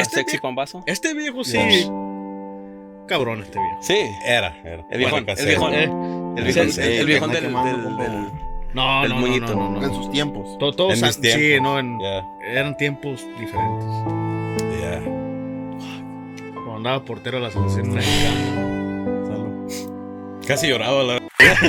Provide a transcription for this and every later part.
Sexy Pambazo. Este viejo sí. Cabrón este viejo. Sí. Era. El viejón. Bueno, El viejón. El viejón está del quemando No, el no, moñito. no, no, no. en sus tiempos. Todos, En mis sí, tiempos. no, Yeah. eran tiempos diferentes. Yeah. Cuando andaba portero de la selección mexicana. Casi lloraba la.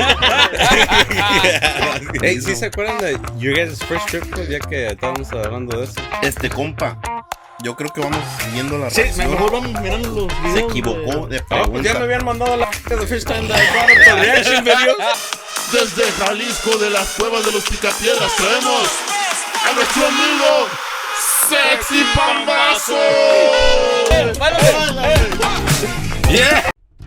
Hey, ¿sí se acuerdan de You Guys' First Trip Club? Ya que estábamos hablando de eso. Compa, yo creo que vamos siguiendo la Sí, reacción. mejor vamos mirando los videos. Se equivocó de Ah, pues pregunta. ya me habían mandado la The First Time That I Brought Up the Reaction Videos. Desde Jalisco, de las cuevas de los Picapiedras, traemos a nuestro amigo Sexy Pambazo. Yeah.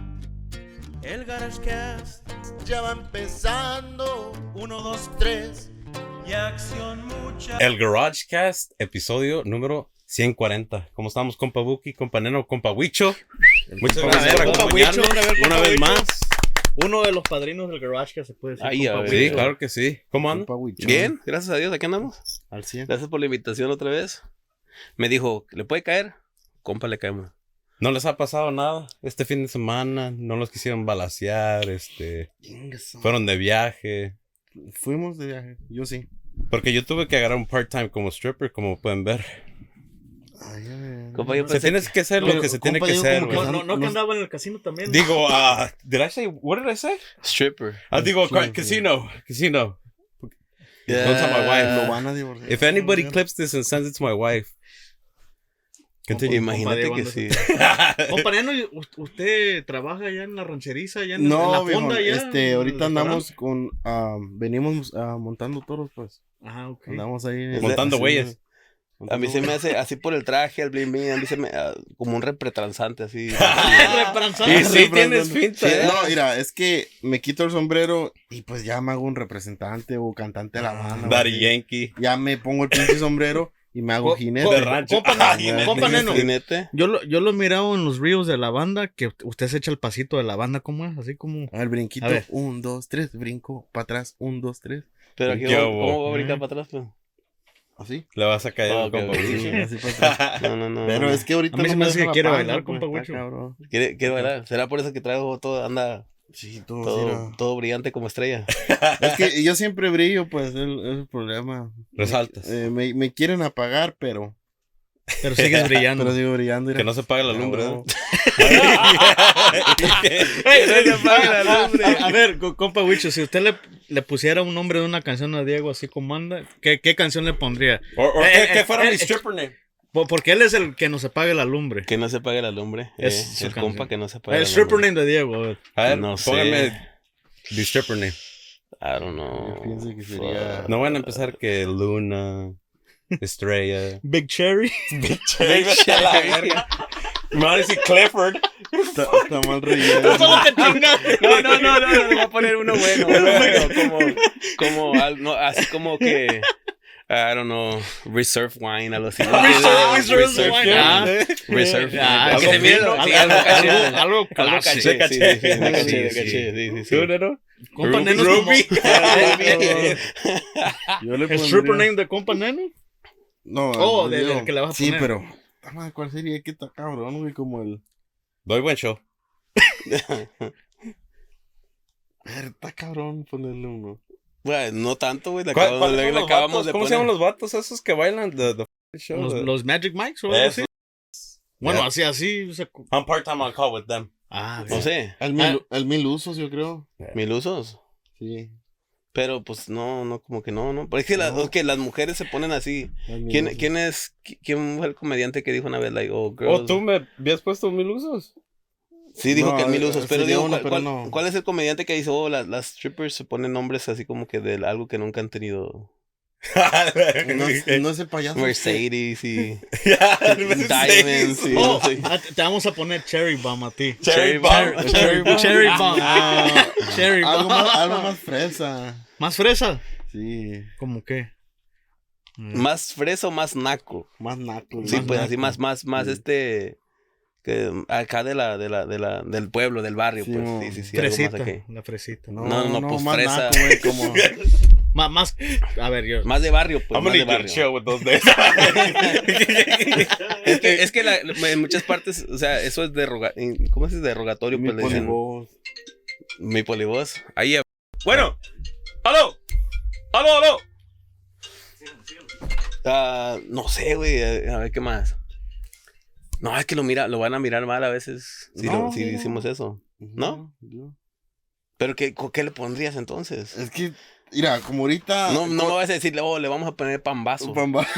El GarageCast ya va empezando. 1, 2, 3 y acción mucha. El Garage Cast, episodio número 140. ¿Cómo estamos, compa Buki, compa Neno, compa Huicho? Muchas gracias por compa acompañarnos Huicho, una vez más. Uno de los padrinos del garage que se puede decir. Ahí, a compa ver. Sí, Huicho. claro que sí. ¿Cómo anda? Compa Huichón. Bien, gracias a Dios, aquí andamos. Al 100. Gracias por la invitación otra vez. Me dijo, ¿le puede caer? Compa, le caemos. ¿No les ha pasado nada este fin de semana? ¿No los quisieron balacear? Fueron de viaje. Fuimos de viaje, yo sí. Porque yo tuve que agarrar un part-time como stripper, como pueden ver. Ay, a ver. Compa, yo Se pensé tiene que hacer lo Pero, que se tiene compa, que digo hacer, como que güey. No que andaba en el casino también. Digo, did I say, what did I say? stripper. Digo, Sí, sí. casino. Yeah. Don't tell my wife. Lo van a divorciar. If anybody clips this and sends it to my wife. Continue. Imagínate Compa, que sí. Compañero, ¿usted trabaja allá en la rancheriza, allá en No, la viejo, fonda allá? ahorita ¿En el andamos con, venimos montando toros, pues. Ajá, ok. Andamos ahí. Montando güeyes. A mí se me hace así por el traje, el bling bling, a mí se me como un repretransante así. Y sí tienes pinta, Sí, ¿eh? no, mira, es que me quito el sombrero y pues ya me hago un representante o cantante de la banda. Daddy güey. Yankee. Ya me pongo el pinche sombrero y me hago jinete. de rancho. Compa Neno, Jinete. yo lo he mirado en los reels de la banda, que usted se echa el pasito de la banda, ¿cómo es? Así como... A ver, brinquito. A ver. 1, 2, 3, brinco para atrás. 1, 2, 3. Pero aquí, ¿Qué ¿cómo hubo? va a brincar para atrás? Pues? Así. Le vas a caer, Ok, compa. ok. Sí, así para atrás. No. Pero es que ahorita A mí se no me hace deja que la quiere panza, bailar, pues, compa está Huicho. cabrón. ¿Quiere bailar? ¿Será por eso que traigo todo, anda Sí, todo, sí, todo brillante como estrella? no. Es que yo siempre brillo, pues, es el problema. Resaltas. Me quieren apagar, pero Sigues brillando. pero sigo brillando. Que no se pague la lumbre, ¿no? A ver, compa Huicho, si usted le pusiera un nombre de una canción a Diego así como anda, ¿qué canción le pondría? ¿Qué fuera mi stripper name? Porque él es el que no se pague la lumbre. Que no se pague la lumbre. Es su El canción. compa que no se pague El la stripper lumbre. name de Diego. A ver. A ver, No sé. póngame the stripper name. I don't know. Yo pienso que sería- No van a empezar que Luna, Estrella. Big Cherry. Me van a decir Clifford. Está mal relleno. No, le voy a poner uno bueno, no, así como que, I don't know, Reserve Wine, algo así. Reserve Wine. Reserve Ah, Wine. que se mire Sí, algo caché. algo Algo clase. caché, sí, caché. de caché, sí. ¿Tú, Neno? Compa Neno es como... Yo le ¿El pondría- stripper name de compa Neno? No, Oh, el del que le vas a Sí, poner. pero ¿cuál sería? Que está cabrón, güey, como el... Doy buen show. A ver, está cabrón ponerle uno. Bueno, no tanto, güey, le ¿Cuáles son le los acabamos vatos? de ¿Cómo se llaman poner. los vatos esos que bailan the show? Los Magic Mics o algo Eso. así. Bueno, Yeah. así. I'm part-time on call with them. No sé, El mil usos, yo creo. 1000 usos. Sí. Pero pues no, como que no. Pero es que, es que las mujeres se ponen así. el mil ¿Quién usos. quién fue el comediante que dijo una vez, like, oh, girls? Oh, ¿tú me habías puesto 1000 usos? Sí, dijo No, que el 1000 usos, pero sería digo, uno, pero no. ¿cuál es el comediante que dice, oh, las strippers se ponen nombres así como que de algo que nunca han tenido? No es el payaso. Mercedes y Diamonds. Diamonds y Oh, no sé. te vamos a poner Cherry Bomb a ti. Cherry bomb. Cherry Bomb. Cherry Bomb. Algo más fresa. ¿Más fresa? Sí. ¿Cómo qué? Más fresa o más naco. Más naco. Sí, más pues así naco. más Sí. que acá del pueblo, del barrio, Sí, pues. no. Sí, algo más Fresita. aquí. La fresita. No, pues más fresa. naco, güey, como... Más, a ver, yo. Más de barrio, pues. I'm Más gonna de need your barrio. chill with those days. Es que en muchas partes, o sea, eso es ¿cómo es derogatorio? Mi Pues le dicen. polivoz. Mi polivoz. Ahí. Bueno, aló. No sé, güey. A ver qué más. No, es que lo van a mirar mal a veces si No. decimos eso. ¿No? ¿Pero qué le pondrías entonces? Es que, mira, como ahorita. No me vas a decir, le vamos a poner pambazo.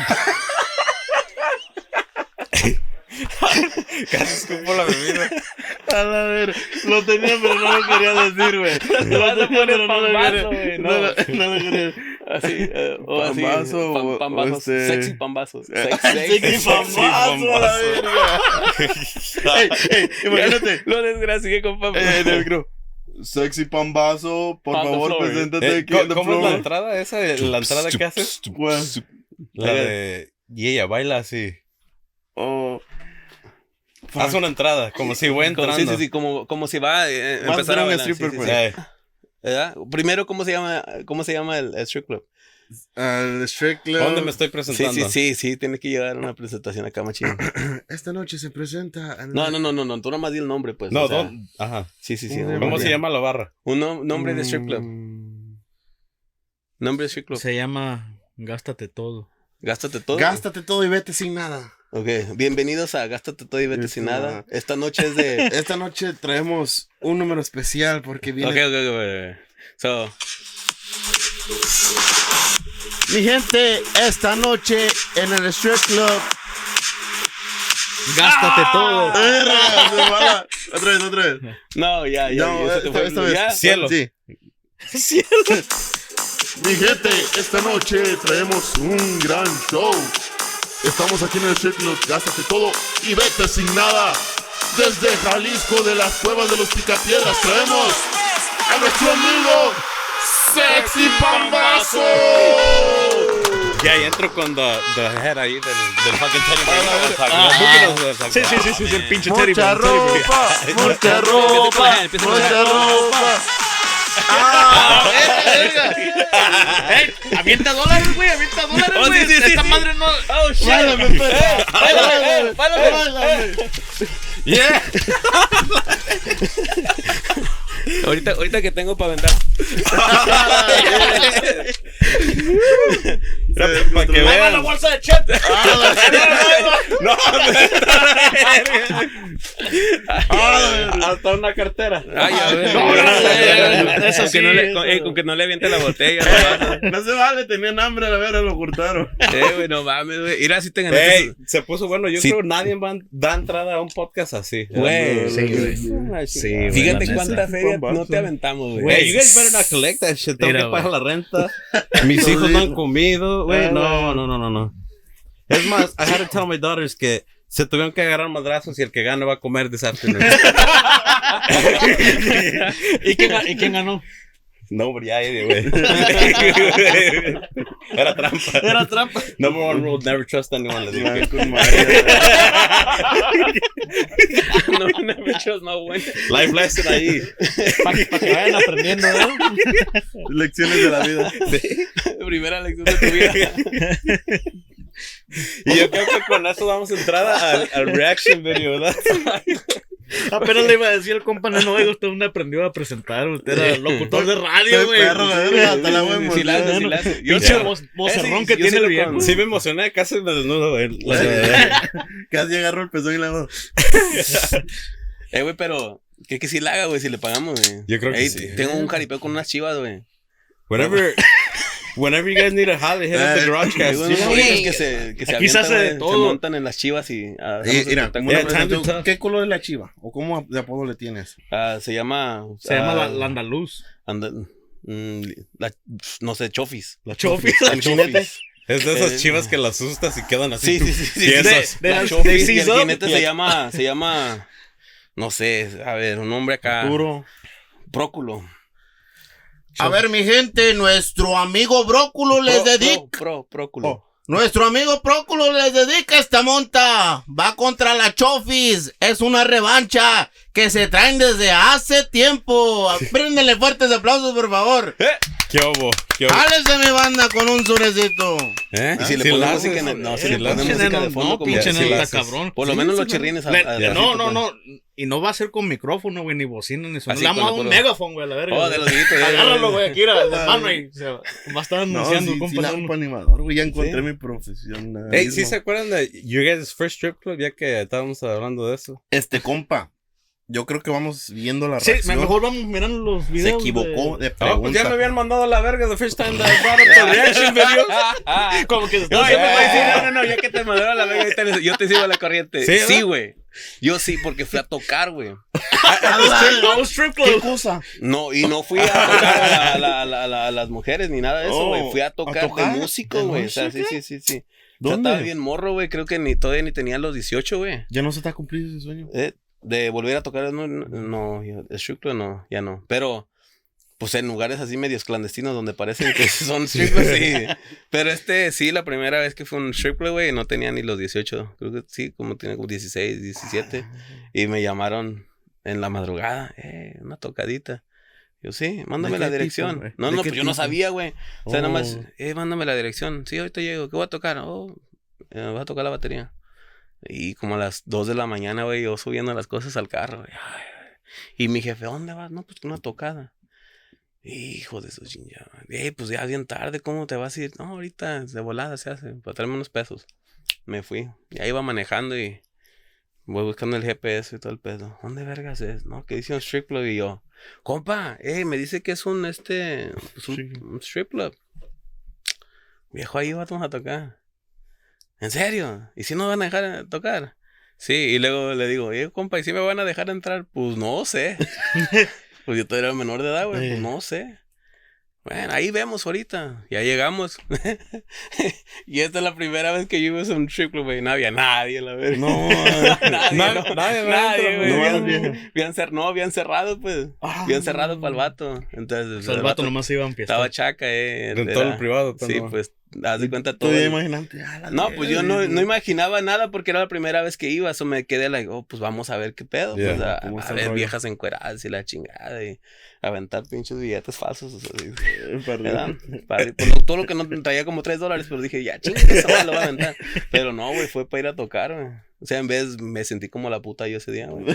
Casi escupo la bebida. A la ver, lo tenía, pero no lo quería decir, güey. Le vas a poner pambazo, quería. güey. No lo quería. Así, o así. Pambazo, o Pambazo. Sexy pambazo. Sexy pambazo, a la verga. Ey, imagínate. Lo desgracié con pambazo. En el micro. Sexy pambazo, por On the favor, floor. preséntate aquí en the ¿Cómo es la floor. entrada esa? ¿La entrada que haces? Pues, La de... Y ella baila así. oh, Haz una entrada, como si voy entrando. Sí, como si va a Vas a empezar ser a un bailar. stripper, Sí, pues. sí. ¿Verdad? Primero, ¿cómo se llama el strip club? al strip club. ¿Dónde me estoy presentando? Sí, tienes que llevar una presentación acá, machín. Esta noche se presenta. No, tú nomás di el nombre, pues. No, o sea, ajá. Sí. ¿Cómo se llama la barra? Un nombre de strip club. Nombre de strip club. Se llama Gástate Todo. Gástate todo. Gástate todo y vete sin nada. Ok, bienvenidos a Gástate todo y vete sin nada. Esta noche es de... Esta noche traemos un número especial porque viene. Ok. So, Mi gente, esta noche en el strip club. Gástate todo. Otra vez. no, ya. No, se te fue. esta vez. ¿Ya? Cielo. Sí. Mi gente, esta noche traemos un gran show. Estamos aquí en el strip club. Gástate todo y vete sin nada. Desde Jalisco, de las cuevas de los Picapiedras, traemos a nuestro amigo Sexy Pambazo. Ya, y entro con the head ahí del fucking Teddy Bear. Sí, el pinche Teddy Mucha Bear, Teddy Bear. ropa, mucha Empieza con ropa, él. mucha ropa. ¡Ey! ¡Avienta dólares, güey! Oh, güey! sí. Esta madre no... Oh, shit. Báilame. Yeah. Ahorita que tengo para aventar. Para que vean. la bolsa de Chet! Hasta una cartera. Ay, a ver. Eso Con sí, que no le- eso. con que no le aviente la botella. No se vale, tenían hambre, a ver, lo cortaron. Güey, no mames, güey. Mira, si te ganaste. Ey, se puso bueno. Yo Sí. creo que nadie da entrada a un podcast así. Güey. Sí, güey. Sí, güey, Fíjate la cuánta neta. feria no te aventamos, güey. Güey, you guys better not collect that shit. Tengo Mira, que pagar la renta. Mis hijos no han comido. Güey, no. Es más, I had to tell my daughters que se tuvieron que agarrar madrazos y el que gane va a comer this afternoon. ¿Y quién ganó? Nobody, güey. Era trampa. Number one rule, never trust anyone. les digo. No, never trust no one. Life lesson ahí. Para que vayan aprendiendo, ¿no? Lecciones de la vida. Primera lección de tu vida. Y yo creo que con eso damos entrada al reaction video, ¿verdad? Apenas le iba a decir al compa, no, usted no aprendió a presentar. Usted era locutor de radio, güey. Hasta la voy a Sí la hace. Pinche Ya. vocerrón que yo tiene sí el lo viejo. con- Sí me emocioné, casi me desnudo, güey. Casi agarró el pezón y la voz. Güey, pero... ¿Qué que si la haga, güey? Si le pagamos, güey. Yo creo que Ey, sí. Tengo un jaripeo con unas chivas, güey. Whenever you guys need a jolly, hit up the garage Hay cast. unos Sí, güeyes güey. que se Aquí se avientan, hace de güey, se todo. montan en las chivas y... hacemos Mira, espectáculos. Yeah, time to talk. ¿qué color es la chiva? ¿O cómo de apodo le tienes? Se llama... Se llama la andaluz. no sé, Chofis. La Chofis. El Chofis. Es de esas chivas que las asustas y quedan así. Sí. Tiesas. De La las Chofis, de y el Season. jinete se llama... No sé, a ver, un nombre acá. Puro. Próculo. A ver, mi gente, nuestro amigo Bróculo les dedica. Próculo. Nuestro amigo Próculo les dedica esta monta. Va contra la Chofis. Es una revancha que se traen desde hace tiempo. Préndele fuertes aplausos, por favor. ¿Qué hubo? ¡Jálese mi banda con un surecito! ¿Eh? Y si le Si pones la música, haces, no, si le la pones haces. música de fondo, no, como pinche si neta, la haces. cabrón. por lo menos los chirrines. No. Y no va a ser con micrófono, güey, ni bocina, ni sonido. Así, Le vamos a dar con un los- megáfono, güey, a la verga. Oh, güey. de los viejitos. Agárralo, güey, aquí, de mano y se va a estar No, anunciando, sí, compa. la hago para animador, güey. Ya encontré mi profesión. Hey, ¿sí se acuerdan de You Guys' First Strip Club? Ya que estábamos hablando de eso. Compa, yo creo que vamos viendo la Sí, reacción. mejor vamos mirando los Se videos. equivocó de Oh, pregunta. pues ya me habían mandado a la verga the first time that I brought up the reaction videos. Como que No, yo te voy a decir, no, ya que te mandaron a la verga, yo te sigo a la corriente. ¿Sí, Sí, güey. Yo sí, porque fui a tocar, güey. a un strip ¿Qué club. cosa? No, y no fui a tocar a las mujeres ni nada de eso, güey. Fui a tocar de músico, ¿De güey. O sea, sí. música? O sea, ¿Dónde? estaba bien morro, güey. Creo que todavía ni tenía los 18, güey. Ya no se te ha cumplido ese sueño. De volver a tocar, no, strip club no, ya no. Pero, pues en lugares así medios clandestinos donde parecen que son strip clubs, sí. Pero sí, la primera vez que fue un strip club, güey, no tenía ni los 18. Creo que sí, como tenía como 16, 17. Y me llamaron en la madrugada, una tocadita. Yo, sí, mándame ¿De la qué dirección. tipo, güey? No, ¿De no, qué pues yo no tipo? sabía, güey. O sea, nada más, Oh. mándame la dirección. Sí, ahorita llego, ¿qué voy a tocar? Voy a tocar la batería. Y como a las 2 de la mañana, güey, yo subiendo las cosas al carro, güey. Ay, y mi jefe, ¿dónde vas? No, pues una tocada. Hijo de su chingada. Pues ya bien tarde, ¿cómo te vas a ir? No, ahorita de volada se hace, para traerme unos pesos. Me fui. Ya iba manejando y voy buscando el GPS y todo el pedo. ¿Dónde vergas es? No, que dice un strip club y yo. Compa, me dice que es un strip club. Viejo, ahí vamos a tocar. ¿En serio? ¿Y si nos van a dejar tocar? Sí, y luego le digo, compa, ¿y si me van a dejar entrar? Pues no sé. Pues yo todavía era menor de edad, güey, pues no sé. Bueno, ahí vemos ahorita. Ya llegamos. Y esta es la primera vez que yo iba a un strip club, güey. No había nadie, la verdad. No, Nadie, güey. No, Habían cerrado, pues. Habían cerrado para el vato. Entonces, O sea, el vato nomás iba a empezar. estaba chaca, Rentó el privado. pues, Sí, no. pues, haz de cuenta Tú todo. ya imaginaste. No, pues yo no imaginaba nada porque era la primera vez que iba. Eso me quedé like, pues vamos a ver qué pedo. Yeah. Pues ¿Cómo a está el ver rollo? viejas encueradas y la chingada y aventar pinches billetes falsos. O sea, ¿verdad? Padre, pues, todo lo que no traía como $3, pero dije, ya, chinga, esa madre lo voy a aventar. Pero no, güey, fue para ir a tocar, güey. O sea, en vez me sentí como la puta yo ese día, güey.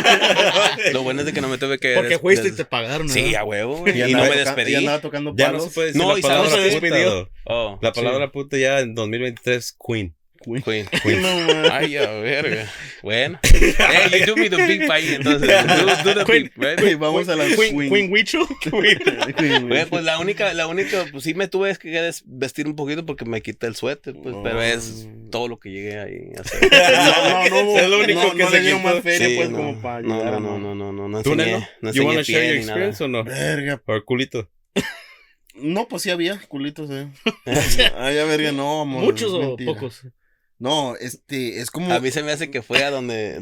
Lo bueno es de que no me tuve que... Porque fuiste y te pagaron, ¿no? Sí, a huevo, güey. Y Y no me Y despedí. andaba tocando Ya no palos. se puede decir No, la y ¿sabes? palabra Se puta. despidió. Oh, La palabra puta ya en 2023, Queen. Queen. No, man. Ay, a verga. Bueno. Hey, you do me the big pie, entonces. Do the big, right? Güey, vamos a la Queen Wicho. Güey, pues la única, pues sí me tuve que vestir un poquito porque me quité el suéter, pues, pero es todo lo que llegué ahí a hacer. No, Es lo único que no se le dio quitó. más feria, Sí, pues, no, como para no, ayudar a no ¿Tú, enseñé, Neno? no You wanna enseñé share your pie ni nada. experience o no? Verga. ¿O culito? No, pues sí había culitos, Ay, a verga, no, amor. ¿Muchos o mentira. pocos? No, es como... A mí se me hace que fue a donde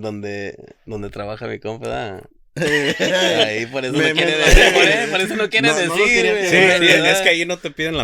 trabaja mi compa, ¿verdad? Ahí por eso no Me- quiere me- decir, por eso no quiere No, no lo decir, quería güey. Sí, decir. es que ahí no te piden la...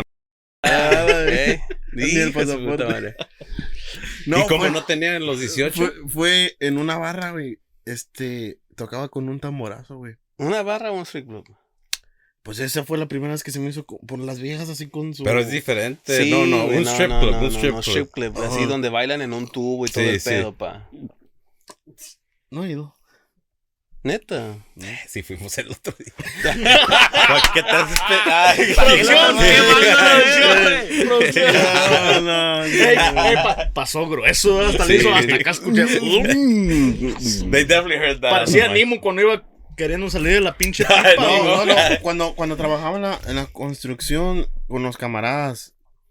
Ni el Hijo de su puta pasaporte. madre. No, y como fue- no tenían los 18... fue en una barra, güey. Tocaba con un tamborazo, güey. ¿Una barra o un strip club? Pues esa fue la primera vez que se me hizo por las viejas así con su... Pero es diferente. Sí, no, güey, un strip club, un strip club. strip club, así Ajá. donde bailan en un tubo y todo Sí, el sí. pedo, pa. No he ido. Neta. Sí, fuimos el otro día. ¿Qué te haces? Producción, Sí. producción. No, Pasó grueso, hasta Sí. le hizo hasta acá escuché. They definitely heard that. Parecía Nimo cuando iba queriendo salir de la pinche pipa. No. Cuando trabajaba en la construcción con los camaradas,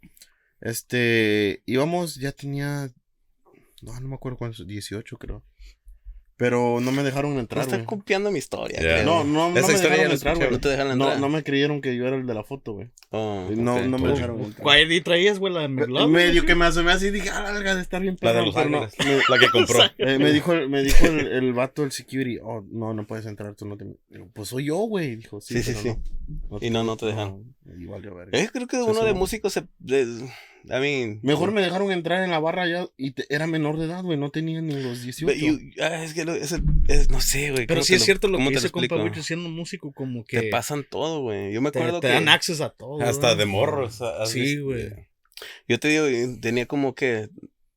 íbamos, ya tenía, no me acuerdo cuántos, 18 creo. Pero no me dejaron No entrar, estás güey. copiando mi historia, Yeah. creo. No Esa me historia ya dejaron la entrar, escuché, güey. No te dejan entrar. No me creyeron que yo era el de la foto, güey. Oh, No, ok. no me dejaron entrar. ¿Cuál y traías, güey, la de McLovin? Medio que me asomé así y dije, la verga de estar bien La de perro, Los pero no. Ángeles. La que compró. Me dijo el vato, el security, no puedes entrar, tú no te... Digo, pues soy yo, güey. Dijo, Sí, sí, pero sí. Y no te dejan. Y valió verga. Creo que uno de músicos I mean... Mejor me dejaron entrar en la barra ya y era menor de edad, güey. No tenía ni los 18. Es que no sé, güey. Pero sí es cierto lo que ¿cómo te dice explico? compa Wicho, siendo músico como que Te pasan todo, güey. Yo me te acuerdo que... dan acceso a todo. Hasta güey. de morros. ¿has Sí, visto? güey. Yo te digo, tenía como que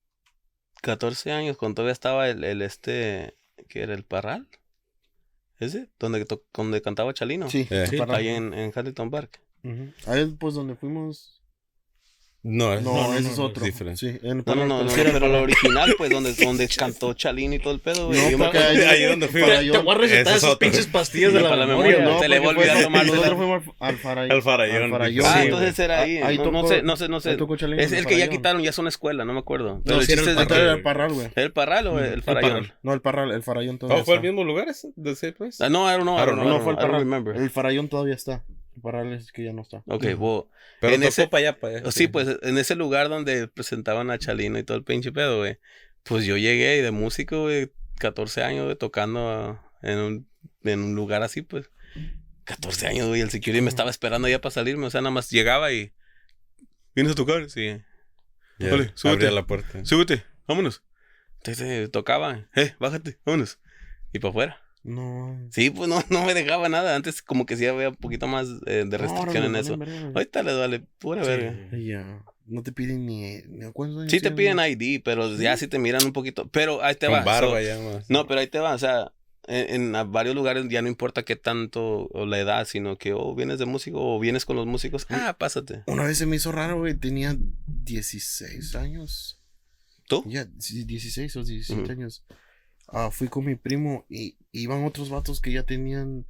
14 años cuando todavía estaba ¿qué era? ¿El Parral? ¿Ese? Donde cantaba Chalino. Sí, Sí. para- Ahí en Hamilton Park. Ujú. Ahí pues donde fuimos. No, No, ese no, es no, otro. diferente. Sí, en No, pero lo original, pues, donde cantó Chalino y todo el pedo, güey. No, Yo me porque acuerdo- ahí donde fui. para Te voy a recetar Ese es esas otro. pinches pastillas de No, la para la memoria. memoria, ¿no? se le va porque olvidando más de nosotros la- fuimos al Farallón. Al Farallón. Ah, Sí, entonces era ahí. Ahí No tocó- sé. ahí tocó Chalino Es en el que ya Farallón. quitaron, ya es una escuela, no me acuerdo. Pero No, el sí era chiste el es de Antes era que... el Parral, güey. ¿El Parral o el Farallón? No, el Parral, el Farallón todavía ¿Oh, fue el está. mismo lugar ese? ¿De ese place? Ah, no, I don't know. No, fue el I don't Parral. remember. El Farallón todavía está. El Parral es que ya no está. Ok, well, Pero en tocó ese- para allá. sí, pues en ese lugar donde presentaban a Chalino y todo el pinche pedo, güey. Pues yo llegué y de músico, güey, 14 años, güey, tocando en un lugar así, pues. 14 años, güey, el security me estaba esperando ya para salirme, o sea, nada más llegaba y... ¿Vienes a tocar? Sí. Ya, Vale, súbete. abría la puerta. Súbete, vámonos. Entonces tocaba, bájate, vámonos. Y para afuera. No. Sí, pues no me dejaba nada. Antes como que sí había un poquito más de restricción en eso. Ahorita les vale pura verga. Ya. No te piden ni cuántos años Sí te tienen? piden ID, pero ya sí te miran un poquito. Pero ahí te Con va. barba so- ya más. no, pero ahí te va. O sea, en varios lugares ya no importa qué tanto o la edad, sino que vienes de músico o vienes con los músicos. Ah, pásate. Una vez se me hizo raro, güey. Tenía 16 años. ¿Tú? Ya, sí, 16 o 17 Ujú. años. Fui con mi primo y iban otros vatos que ya tenían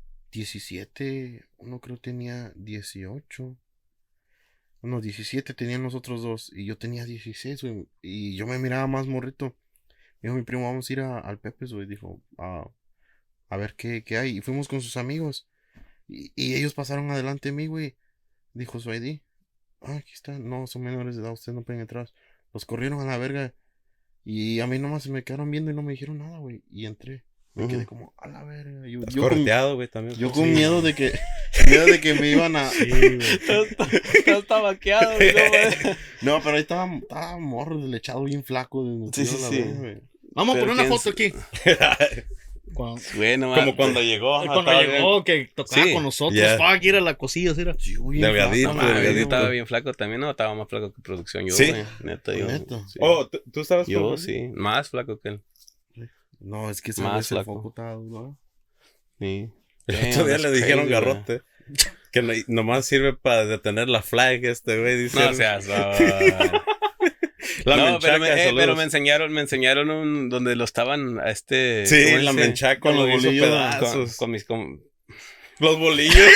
17. Uno creo tenía 18. Unos 17 tenían los otros dos. Y yo tenía 16, güey. Y yo me miraba más morrito. Dijo mi primo, vamos a ir al Pepe's, güey. Dijo, a ver qué hay. Y fuimos con sus amigos. Y ellos pasaron adelante de mí, güey. Dijo su ID. Aquí está. No, son menores de edad. Ustedes no pueden entrar. Los corrieron a la verga. Y a mí nomás se me quedaron viendo y no me dijeron nada, güey. Y entré. Me quedé como, a la verga. Yo con, Corteado, güey, también. yo con miedo de que me iban a... Estás tabaqueado, güey. No, pero ahí estaba morro deslechado, bien flaco. Sí, sí, sí. Vamos a Pero poner una quién foto aquí. Cuando, Bueno, Como cuando llegó. ajá, cuando estaba llegó, que tocaba Sí, con nosotros. yeah. Fuck, ir a la cosilla, ¿sí? Era? Delgadito, No, mames, delgadito. yo estaba bien flaco también, no, estaba más flaco que producción yo, ¿Sí? güey. Neta, yo. ¿Neta? Sí. bien. Oh, ¿tú estabas Yo con- sí, más flaco que él. No, es que ese Más el flaco. foco estaba, ¿no? Sí. El otro día Damn, le that's dijeron crazy, garrote. Que nomás sirve para detener la flag güey. Dice. güey. No seas. La no, menchaca, pero saludos. me enseñaron donde lo estaban a Sí, ¿cómo la dice? menchaca Con lo los hizo bolillos, pedazos. Con mis Los bolillos.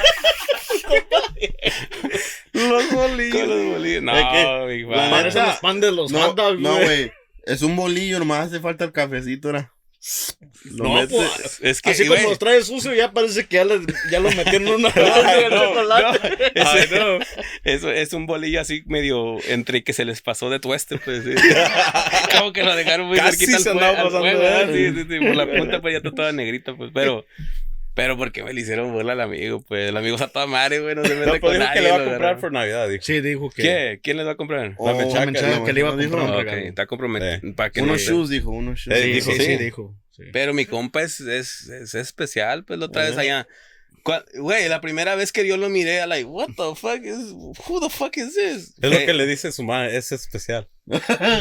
los bolillos. No, Es que, big la man. Parecen neta, los pan de los No, hot dogs, no, güey. güey. Es un bolillo, nomás hace falta el cafecito, era. Lo No, metes- pues, Es que, así güey, como los trae sucio, ya parece que ya los metieron en una Ay, no, chocolate. Ay, no. eso es un bolillo así medio entre que se les pasó de tueste, pues. Sí. Como que lo dejaron muy Casi cerquita se al andaba pasando fuego, de ¿verdad? él. Sí, por la punta pues ya está toda negrita, pues, pero porque me le hicieron burla al amigo, pues, el amigo está toda madre, güey, no se mete No, pero con dijo nadie. que le va a lo comprar agarraron. por Navidad, dijo. Sí, dijo que... ¿Qué? ¿Quién les va a comprar? Oh, menchaca, menchaca, que le iba a dijo. comprar un Ok, regalo. está comprometido. Para que Unos le- shoes, dijo, unos shoes. Sí, Sí, dijo, sí, sí. dijo. Sí. Pero mi compa es especial, pues, la otra vez allá. Güey, la primera vez que yo lo miré, like, what the fuck is, who the fuck is this? Es lo que le dice su madre, es especial. No,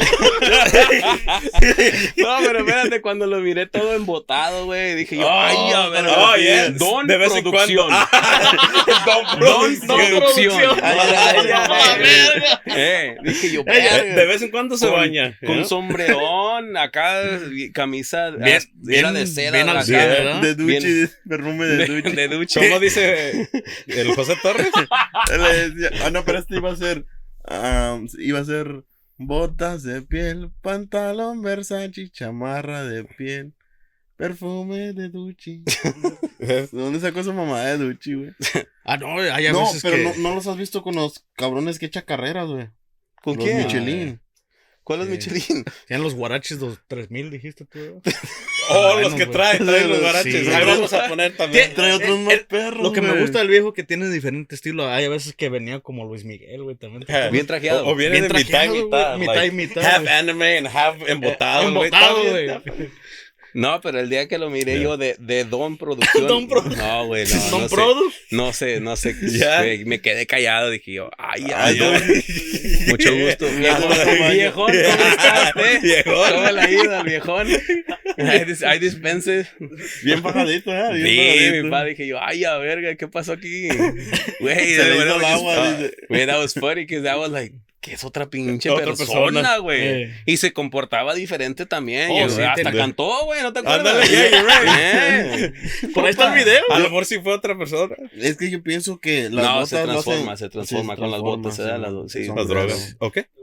pero espérate, cuando lo miré todo embotado, güey, dije yo, ay, ya, pero oh, yes. Don De vez en Producción. cuando. Don Producción. Ay, Ay, ya, ay, verga. dije yo, De vez en cuando se baña. con ¿eh? sombrerón, acá, camisa, Bien- era bien- de seda, bien al acá, cien, ¿verdad? De Duchi, Bien. perfume de Duchi. de ducha. ¿Cómo dice el José Torres? Le decía, no, pero este iba a ser botas de piel, pantalón Versace, chamarra de piel, perfume de Duchi. ¿De dónde sacó su mamá de Duchi, güey? Ah, no, hay a No, veces pero que... no los has visto con los cabrones que echa carreras, güey. ¿Con Los quién? Michelin. ¿Cuál es Sí. Michelin? Tienen los guaraches, los 3000, dijiste tú, ¿verdad? Oh, Bueno, los que güey. traen los guaraches. Sí. Ahí vamos a poner también. Trae otros más perros. Lo que me güey. gusta del viejo que tiene diferente estilo. Hay a veces que venía como Luis Miguel, güey, también. Bien trajeado. O viene Bien de mitad y trajeado, mitad. güey, mitad y mitad, Half güey. anime and half embotado. Embotado, Está güey. bien. No, pero el día que lo miré yo de Don Producción. Don Pro- No, güey, no. Don no sé. Produ. No sé, Ya. güey, me quedé callado, dije yo, ay, Ay, mucho gusto, viejón, viejón, ¿cómo estás, Viejón. ¿Cómo la vida, viejón? Hay dispenses. Bien bajadito, Sí, Bien mi padre, dije yo, ay, a verga, ¿qué pasó aquí? Güey, Se le hizo that el was agua, just- dice. güey, that was funny, because I was like, que es otra pinche Otra persona, persona. güey. Y se comportaba diferente también. Oh, y, sí, hasta tiene- cantó, güey, ¿no te acuerdas? Ándale, yeah, you're right. Por ahí está el video. A lo mejor sí fue otra persona. Es que yo pienso que las No, botas se lo transforma, hacen- se transforma con las botas, se da las- sí. Son Las drogas. drogas. ¿O qué?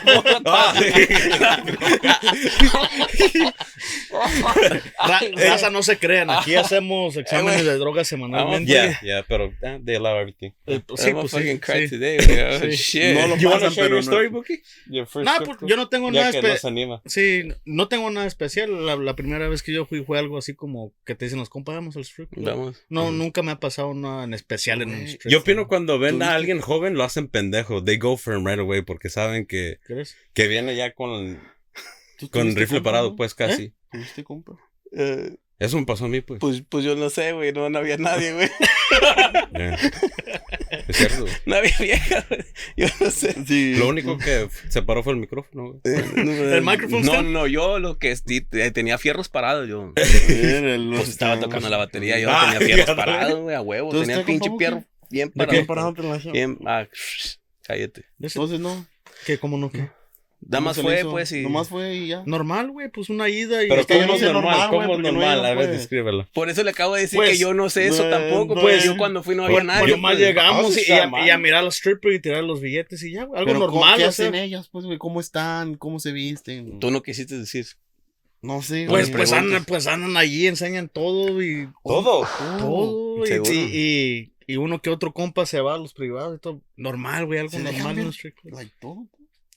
Raza, no se crean. Aquí hacemos exámenes de drogas semanalmente. Yeah, pero they allow everything. Pues Sí, sí, pues fucking sí. cried sí. today, güey. Oh, Sí. shit. No lo You wanna pasan, share pero your no. story, Buki? Your first No, trip? pues yo no tengo Ya nada que especial. nos anima. Sí, no tengo nada especial. La primera vez que yo fui fue algo así como que te dicen los compas, vamos al strip club. Vamos. No, nunca me ha pasado nada en especial en un strip club. Yo opino cuando ven a alguien joven lo hacen pendejo. They go for him right away porque saben que viene ya con ¿Tú tuviste rifle compa, parado, no? pues casi. ¿Tuviste compa? Eso me pasó a mí, pues. Pues yo no sé, güey. No había nadie, güey. Yeah. Es cierto. No había vieja, güey. Yo no sé. Sí. Lo único que se paró fue el micrófono, güey. ¿El microphone No, stand? no, yo lo que tenía fierros parados, yo. Pues Estaba tocando la batería, yo Ah, tenía fierros ya, parados, güey, a huevo. ¿Tú Tenía estás pinche con fierro bien ¿De qué parado. parado te la Bien, cállate. Entonces no. ¿Qué? ¿Cómo no? ¿Qué? Nada más ¿Cómo se le fue, hizo? pues, y... Nomás fue y ya. Normal, güey, pues una ida y... Pero Es que yo ¿cómo no es sé normal? normal, ¿Cómo güey, es porque no he normal? ido, A ver, pues. descríbelo. Por eso le acabo de decir Pues, que yo no sé eso no, tampoco, no pues es- yo cuando fui no había Pues, nadie. Nomás pues. llegamos Ah, y, sí, a, está mal. y a mirar al stripper y tirar los billetes y ya, güey, algo Pero normal, ¿qué o sea. hacen ellas, pues, güey? ¿Cómo están? ¿Cómo se visten? Tú no quisiste decir. No sé, Pues, güey. pues andan allí, enseñan todo y... Todo. Todo, y, Seguro. y uno que otro compa se va a los privados y todo. Normal, güey, algo ¿Se dejan normal en ver? un strip club. Like, todo.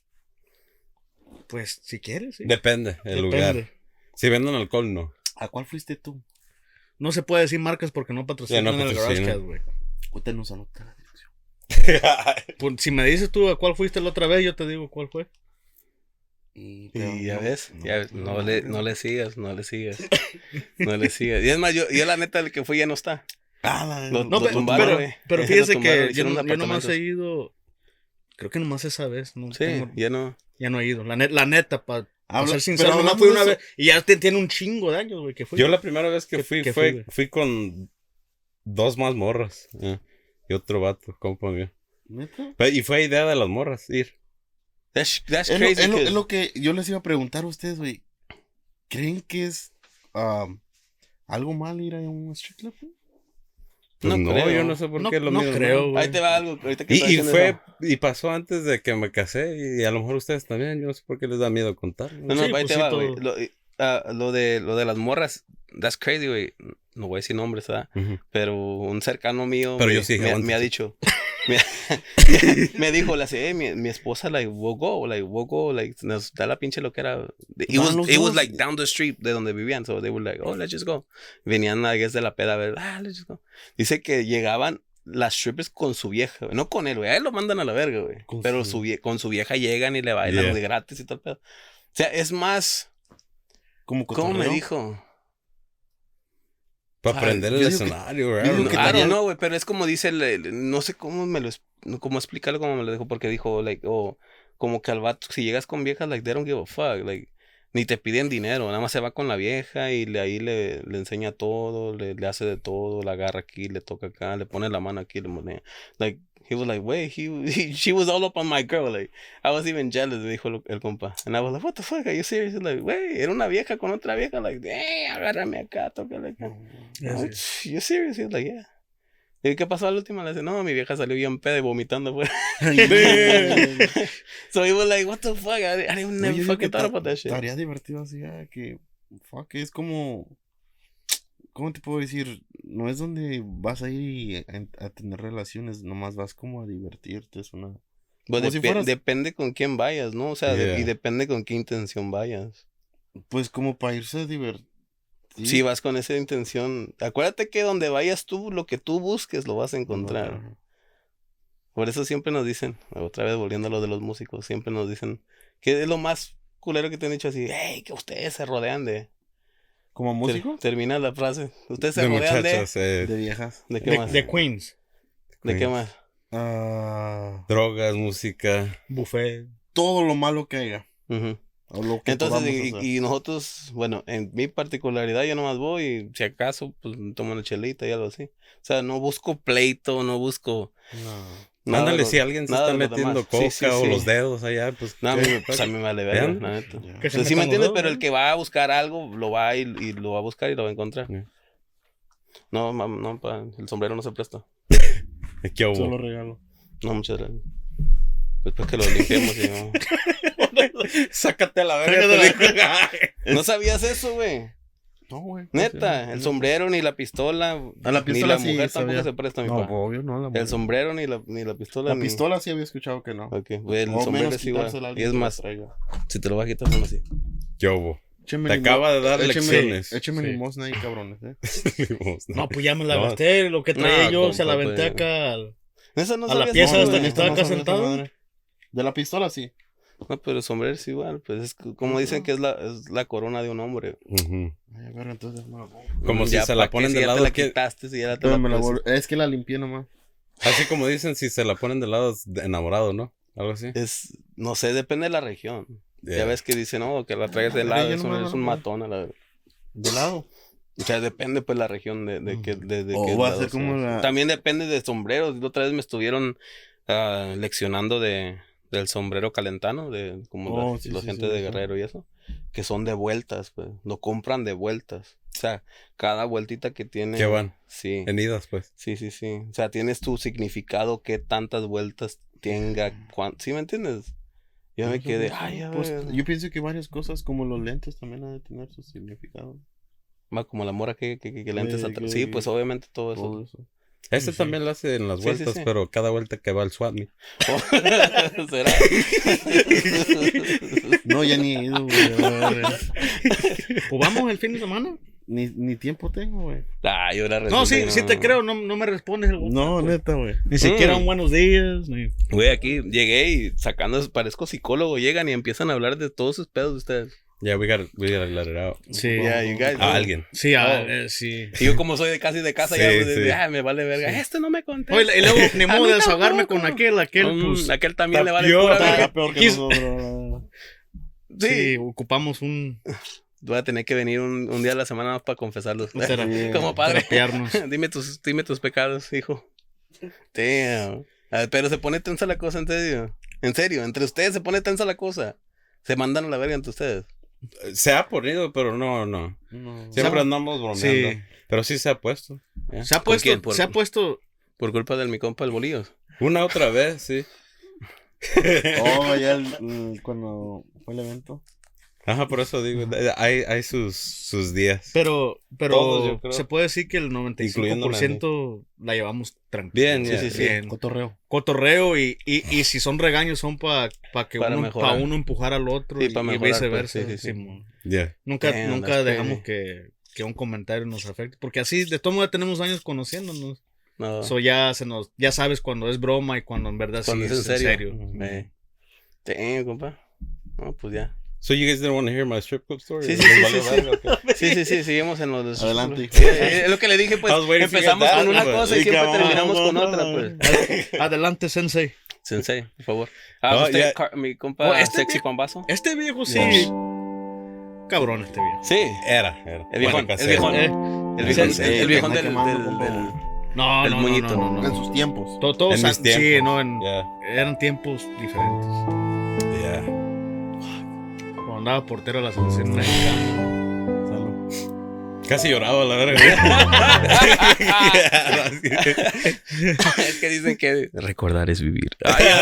Pues, si quieres, sí. Depende el lugar. Si venden alcohol, no. ¿A cuál fuiste tú? No se puede decir marcas porque no patrocinan Ya no el patrocinan. GarageCast, güey. Ahorita nos anota la dirección. Pues, si me dices tú a cuál fuiste la otra vez, yo te digo cuál fue. Pero Y ya no, ves, no, ya ves, no, no le sigas, no le sigas. No le sigas. Y es más, yo la neta, el que fui ya no está. No, No, Lo pero, tumbaron, güey. pero Lo fíjese tumbaron, que yo, hicieron yo nomás apartamentos. he ido, creo que nomás esa vez, no Sí, tengo- ya no. ya no he ido. La neta, para Habla- ser sincero, pero nomás hablando fui de una eso- vez. Y ya tiene un chingo de años, güey, que fui. Yo la primera vez que ¿Qué- fui qué fui, güey? fui con 2 más morras. Y otro vato, compa mío. ¿Neta? Y fue idea de las morras ir. That's Es lo, crazy. es lo- 'cause- es lo que yo les iba a preguntar a ustedes, güey. ¿Creen que es algo mal ir a un strip club, güey? Pues No no, creo. yo no sé por No- qué lo no mío creo, güey. Ahí te va algo. Ahorita que Y, estás y diciendo fue, eso. y pasó antes de que me casé, y a lo mejor ustedes también, yo no sé por qué les da miedo contar. No, no, Sí, ahí pues te sí, va, todo. güey. Lo de las morras, that's crazy, güey. No voy a decir nombres, ¿verdad? Ujú. Pero un cercano mío Pero yo sí, me aguanta. ha dicho. Me dijo, mi esposa, like, we'll go, like, nos da la pinche lo que era. It Van los was dos. like down the street de donde vivían, so they were like, oh, let's just go. Venían a guess de la peda a ver, let's just go. Dice que llegaban las strippers con su vieja, güey. No con él, güey. A él lo mandan a la verga, güey. Con Pero su- con su vieja llegan y le bailan Yeah. de gratis y todo el pedo. O sea, es más, Como ¿cómo me cotorreo. dijo? Para Ah, aprender el yo digo que- escenario, yo güey. digo no. que Claro, también- no, güey, pero es como dice, no sé cómo cómo explicarlo como me lo dijo, porque dijo, like, como que al vato, si llegas con viejas, like, they don't give a fuck, like, ni te piden dinero, nada más se va con la vieja y ahí le enseña todo, le hace de todo, la agarra aquí, le toca acá, le pone la mano aquí, le pone, like, he was like, wait, she was all up on my girl, like, I was even jealous, me dijo el compa, and I was like, what the fuck, are you serious? Like, wey, era una vieja con otra vieja, like, agárrame acá, tócale acá. You serious? He was like, yeah. ¿Y qué pasó a la última? Le dice, no, mi vieja salió bien peda y vomitando afuera. So he was like, what the fuck? I didn't No, never yo digo fucking que thought about that shit. estaría divertido así, que fuck, es como, ¿cómo te puedo decir? No es donde vas a ir y a tener relaciones, nomás vas como a divertirte, es una... But como si fueras- depende con quién vayas, ¿no? O sea, Yeah. y depende con qué intención vayas. Pues como para irse a divertir, Si vas con esa intención, acuérdate que donde vayas tú, lo que tú busques lo vas a encontrar. Por eso siempre nos dicen, otra vez volviendo a lo de los músicos, siempre nos dicen que es lo más culero que te han dicho así, hey, que ustedes se rodean de... ¿Como músico? Termina la frase. Ustedes se De rodean muchachos, De viejas. ¿De qué más? De Queens. ¿De qué más? drogas, música. Buffet. Todo lo malo que haya. Ujú. O lo que Entonces, podamos hacer. y nosotros, bueno, en mi particularidad yo nomás voy y si acaso, pues tomo una chelita y algo así. O sea, no busco pleito, no busco... nada Ándale, de lo- si alguien se nada está de lo metiendo demás. coca Sí, o sí. los dedos allá, pues. No, a mí, pues a mí me vale verga, Vean. la neta. Ya. Que O se sea, sí me metan los entiendes, dedos, pero ¿no? el que va a buscar algo, lo va y lo va a buscar y lo va a encontrar. Yeah. No, no, el sombrero no se presta. ¿Qué hubo? Solo regalo. No, muchas gracias. Después que lo limpiemos y no... Sácate a la Sácate verga. la- te digo. ¿No sabías eso, güey? No, güey. Neta, el sombrero ni la pistola, A la pistola ni la sí mujer tampoco sabía. se presta, mi No, pa. obvio, no. La El mujer. sombrero ni la pistola. La ni... pistola sí había escuchado que no. Ok, güey, el O sombrero menos es igual. quitársela a Y alguien es que la más, traiga. si te lo vas a quitar, son así. ¿Qué hubo? Écheme Te limo- acaba de dar écheme- lecciones. Écheme Sí. limosna ahí, cabrones, No, pues ya me la No. gasté. Lo que traía No, yo compa, se la aventé pues. acá. Eso no A la sabías pieza eso, hasta güey. que estaba acá sabía esa sentado. madre. De la pistola sí. No, pero el sombrero es igual, pues es como dicen que es la corona de un hombre. Ujú. Ay, a ver, entonces me la pongo. Como si Ya, se ¿pa' la qué? ponen Si de ya lado. te la que- quitaste, si ya te Pero la me la pones. Es que la limpié nomás. Así como dicen, si se la ponen de lado, es de enamorado, ¿no? Algo así. No sé, depende de la región. Yeah. Ya ves que dicen, no, que la traigas de Ay, lado, yo eso no me es un la- matón a la vez. De lado. O sea, depende pues la región de qué O qué va a lado ser como sea. la- También depende de sombreros. La otra vez me estuvieron leccionando del sombrero calentano, de como Oh, la, sí, la sí, gente sí, de sí. Guerrero y eso, que son de vueltas, pues. Lo compran de vueltas. O sea, cada vueltita que tiene. ¿Qué van? Sí. En idas, pues. Sí. O sea, tienes tu significado, qué tantas vueltas tenga, ¿sí me entiendes? Yo me quedé, ay, a Pues, ver. yo pienso que varias cosas, como los lentes, también han de tener su significado. Va como la mora que lentes atrás. Sí, que- pues obviamente todo eso. Todo eso. Ese también lo hace en las Sí, vueltas, sí. pero cada vuelta que va al SWAT meet. ¿Será? No, ya ni he ido, güey. a ver. Pues vamos el fin de semana. Ni tiempo tengo, güey. Ah, yo ahora No, resulta sí, que sí te creo. No me respondes el WhatsApp. No, neta, güey. Ni siquiera Mm. un buenos días. Ni... Güey, aquí llegué y sacando, parezco psicólogo, llegan y empiezan a hablar de todos sus pedos de ustedes. Yeah, we gotta let it out. Sí. Yeah, you guys A know. alguien. Sí, Oh. sí. Y yo como soy casi de casa, Sí, ya pues, sí. me vale verga. Este no me conté. Oye, y luego ni A modo mí de desahogarme tampoco. con aquel, pues. aquel también le vale Tapió, pura ta- verga. Está peor que Quis- nosotros. Sí. Sí, ocupamos un. Voy a tener que venir un día a la semana más para confesarlos. Terapia. Como padre. Terapiarnos. dime tus pecados, hijo. Damn. A ver, pero se pone tensa la cosa, en serio. En serio, entre ustedes se pone tensa la cosa. Se mandan a la verga entre ustedes. Se ha ponido, pero no. No. Siempre andamos bromeando. Sí. Pero sí se ha puesto. Se ha ¿Con quién? puesto. Se ha puesto. Por culpa del mi compa el Bolillos. Una otra vez, sí. Oh, ya cuando fue el evento. Ajá, por eso digo, hay sus días. Pero Todos, yo creo. se puede decir que el Incluyéndome a 95% la llevamos tranquila. Bien, Sí, ya. sí, sí. Bien. Cotorreo. Cotorreo y si son regaños son para Para mejorar. uno empujar al otro Sí, y pa' mejorar, viceversa. pues, sí, sí. Simón. Yeah. Nunca Damn, that's dejamos crazy. que un comentario nos afecte. Porque así, de todo modo, ya tenemos años conociéndonos. No. So ya sabes cuando es broma y cuando en verdad Cuando sí es en serio. Ujú. Damn, compa. No, pues ya. So you guys didn't want to hear my strip club story? Sí, sí, ¿Les sí, valió sí, verga o qué? Sí, seguimos en los... Adelante. Sí, es lo que le dije, pues, I was waiting for you empezamos to con una answer, cosa y but- siempre Come on, terminamos con come otra, on. pues. Adelante, Sensei. Sensei, por favor. No, usted, ya- mi compa, Oh, este Sexy viejo- Pambazo. Este viejo sí. Cabrón este viejo. Sí. Era. El viejón, Bueno, el viejón. Eh, El viejón, Sensei, el viejón está del... quemando, del- compa. del- No, El no, moñito. no. En sus tiempos. Todos En mis sí, tiempos. no, Yeah. eran tiempos diferentes. Yeah. Cuando andaba portero de la selección mexicana. Casi lloraba la verga. Es que dicen que recordar es vivir.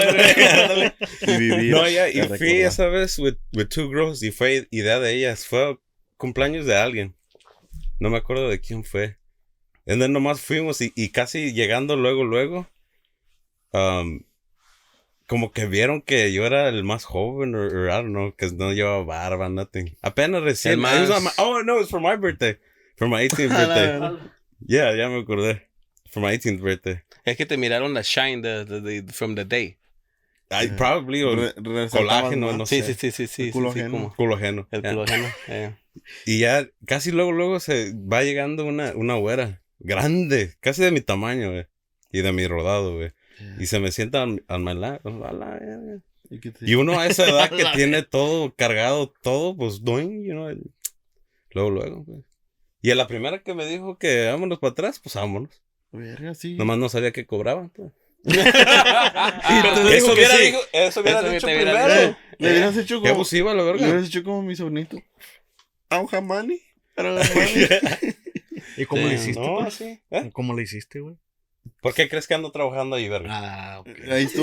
No, ya, y Ya fui recordar. esa vez with two girls y fue idea de ellas. Fue cumpleaños de alguien. No me acuerdo de quién fue. Entonces nomás fuimos y casi llegando luego, como que vieron que yo era el más joven, or I don't know, que no llevaba barba, nothing. Apenas recién. El más- It was on my- oh, no, it's for my birthday. For my 18th birthday. Yeah, ya me acordé. For my 18th birthday. Es que te miraron la shine from the day. Probably, o colágeno, no sé. Sí. Colageno. Como Colageno. el Yeah. colageno. Y ya casi luego se va llegando una güera grande, casi de mi tamaño, güey. Y de mi rodado, güey. Y se me sienta al my lap. A la verga. Y uno a esa edad que tiene todo cargado, todo, pues doing, you know. Luego, güey. Y a la primera que me dijo que vámonos para atrás, pues vámonos. Verga, sí. Nomás no sabía que cobraban, pues. Eso hubiera dicho primero. Le hubieras hecho Qué como... abusiva, la Le verga. hubieras hecho como mi sobrinito. Aujamani. Aujamani. ¿Y cómo le Sí, hiciste, No, pues? sí. ¿Eh? ¿Cómo le hiciste, güey? ¿Por qué crees que ando trabajando ahí, verga? Ah, ok. Ahí estuvo.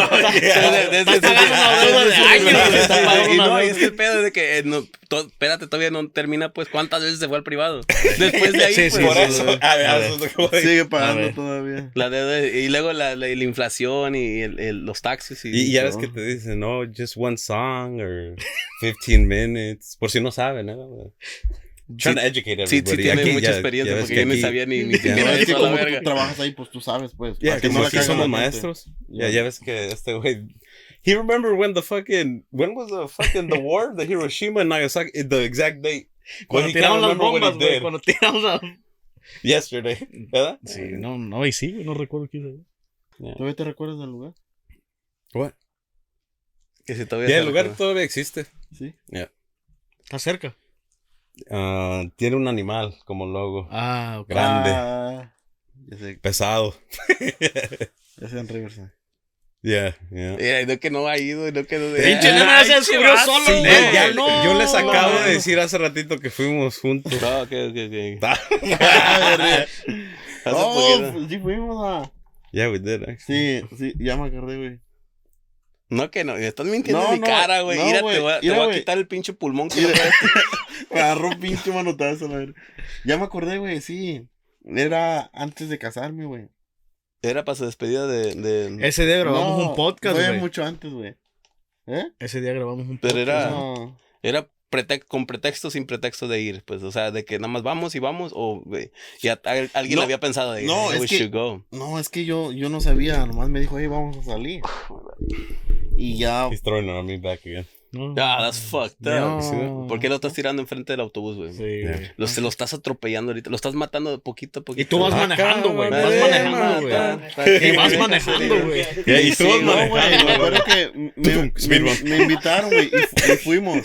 Y no, y es que el pedo es de que espérate, todavía no termina, pues, ¿cuántas veces se fue al privado? Después de ahí, Sí, pues, sí, Por sí, eso. sí. A ver, A ver. eso es lo que voy a decir. Sigue A pagando ver. todavía. la deuda, y luego la inflación y los taxes. Y ya ves no. que te dicen, no, just one song or 15 minutes. Por si no saben, ¿no? Trying to educate Sí, everybody. tiene Aquí mucha ya experiencia ves porque que yo ni aquí- sabía ni No, siquiera es que eso a la como verga. tú trabajas ahí, pues tú sabes, pues. Ya, para que como no la aquí caguen somos la gente. maestros. Ya ves que este güey. He remember when when was the war? The Hiroshima and Nagasaki, the exact date. Cuando he tiraron can't las remember what he bombas, güey. did. Cuando tiraron las... Yesterday, ¿verdad? Sí, no, y sí, güey, no recuerdo qué hice. ¿Todavía te recuerdas del lugar? What? Que si todavía Ya, se el lugar recuerda. todavía existe. Sí. Está cerca. Tiene un animal como logo. Ah, ok. Grande. Ya sé, Pesado. ya sé en Riverside. Yeah. Y no que no ha ido, y no que no... Pinche nena se descubrió solo, Sí, güey. ya, No, yo les acabo no. de decir hace ratito que fuimos juntos. No, ok. Hace Oh, poquito. pues sí fuimos a... Yeah, we did, actually. Sí, ya me acordé, güey. No, que no, me estás mintiendo No, en mi no, cara, güey. no, Mira, güey, te voy a mira, güey. quitar el pinche pulmón que Mira. no Me agarró un pinche manotazo, la verdad. Ya me acordé, güey, sí. Era antes de casarme, güey. Era para su despedida de... Ese día grabamos No, un podcast, fue güey. mucho antes, güey. ¿Eh? Ese día grabamos un Pero podcast. era... No. Era con pretexto, sin pretexto de ir, pues, o sea, de que nada más vamos y vamos, o güey, ya alguien No, había pensado de no, we es que- should go. No, es que yo no sabía. Nomás me dijo, hey, vamos a salir. Y ya... He's throwing it on me back again. No. Ah, that's fucked up. No. ¿Por qué lo estás tirando enfrente del autobús, güey? Sí, güey. Se lo estás atropellando ahorita, lo estás matando de poquito a poquito. Y tú vas manejando, güey. Vas Madre, manejando, güey. Y vas manejando, güey. Yeah, y tú vas No, güey, manejando, me güey. acuerdo que me invitaron, güey, y fuimos.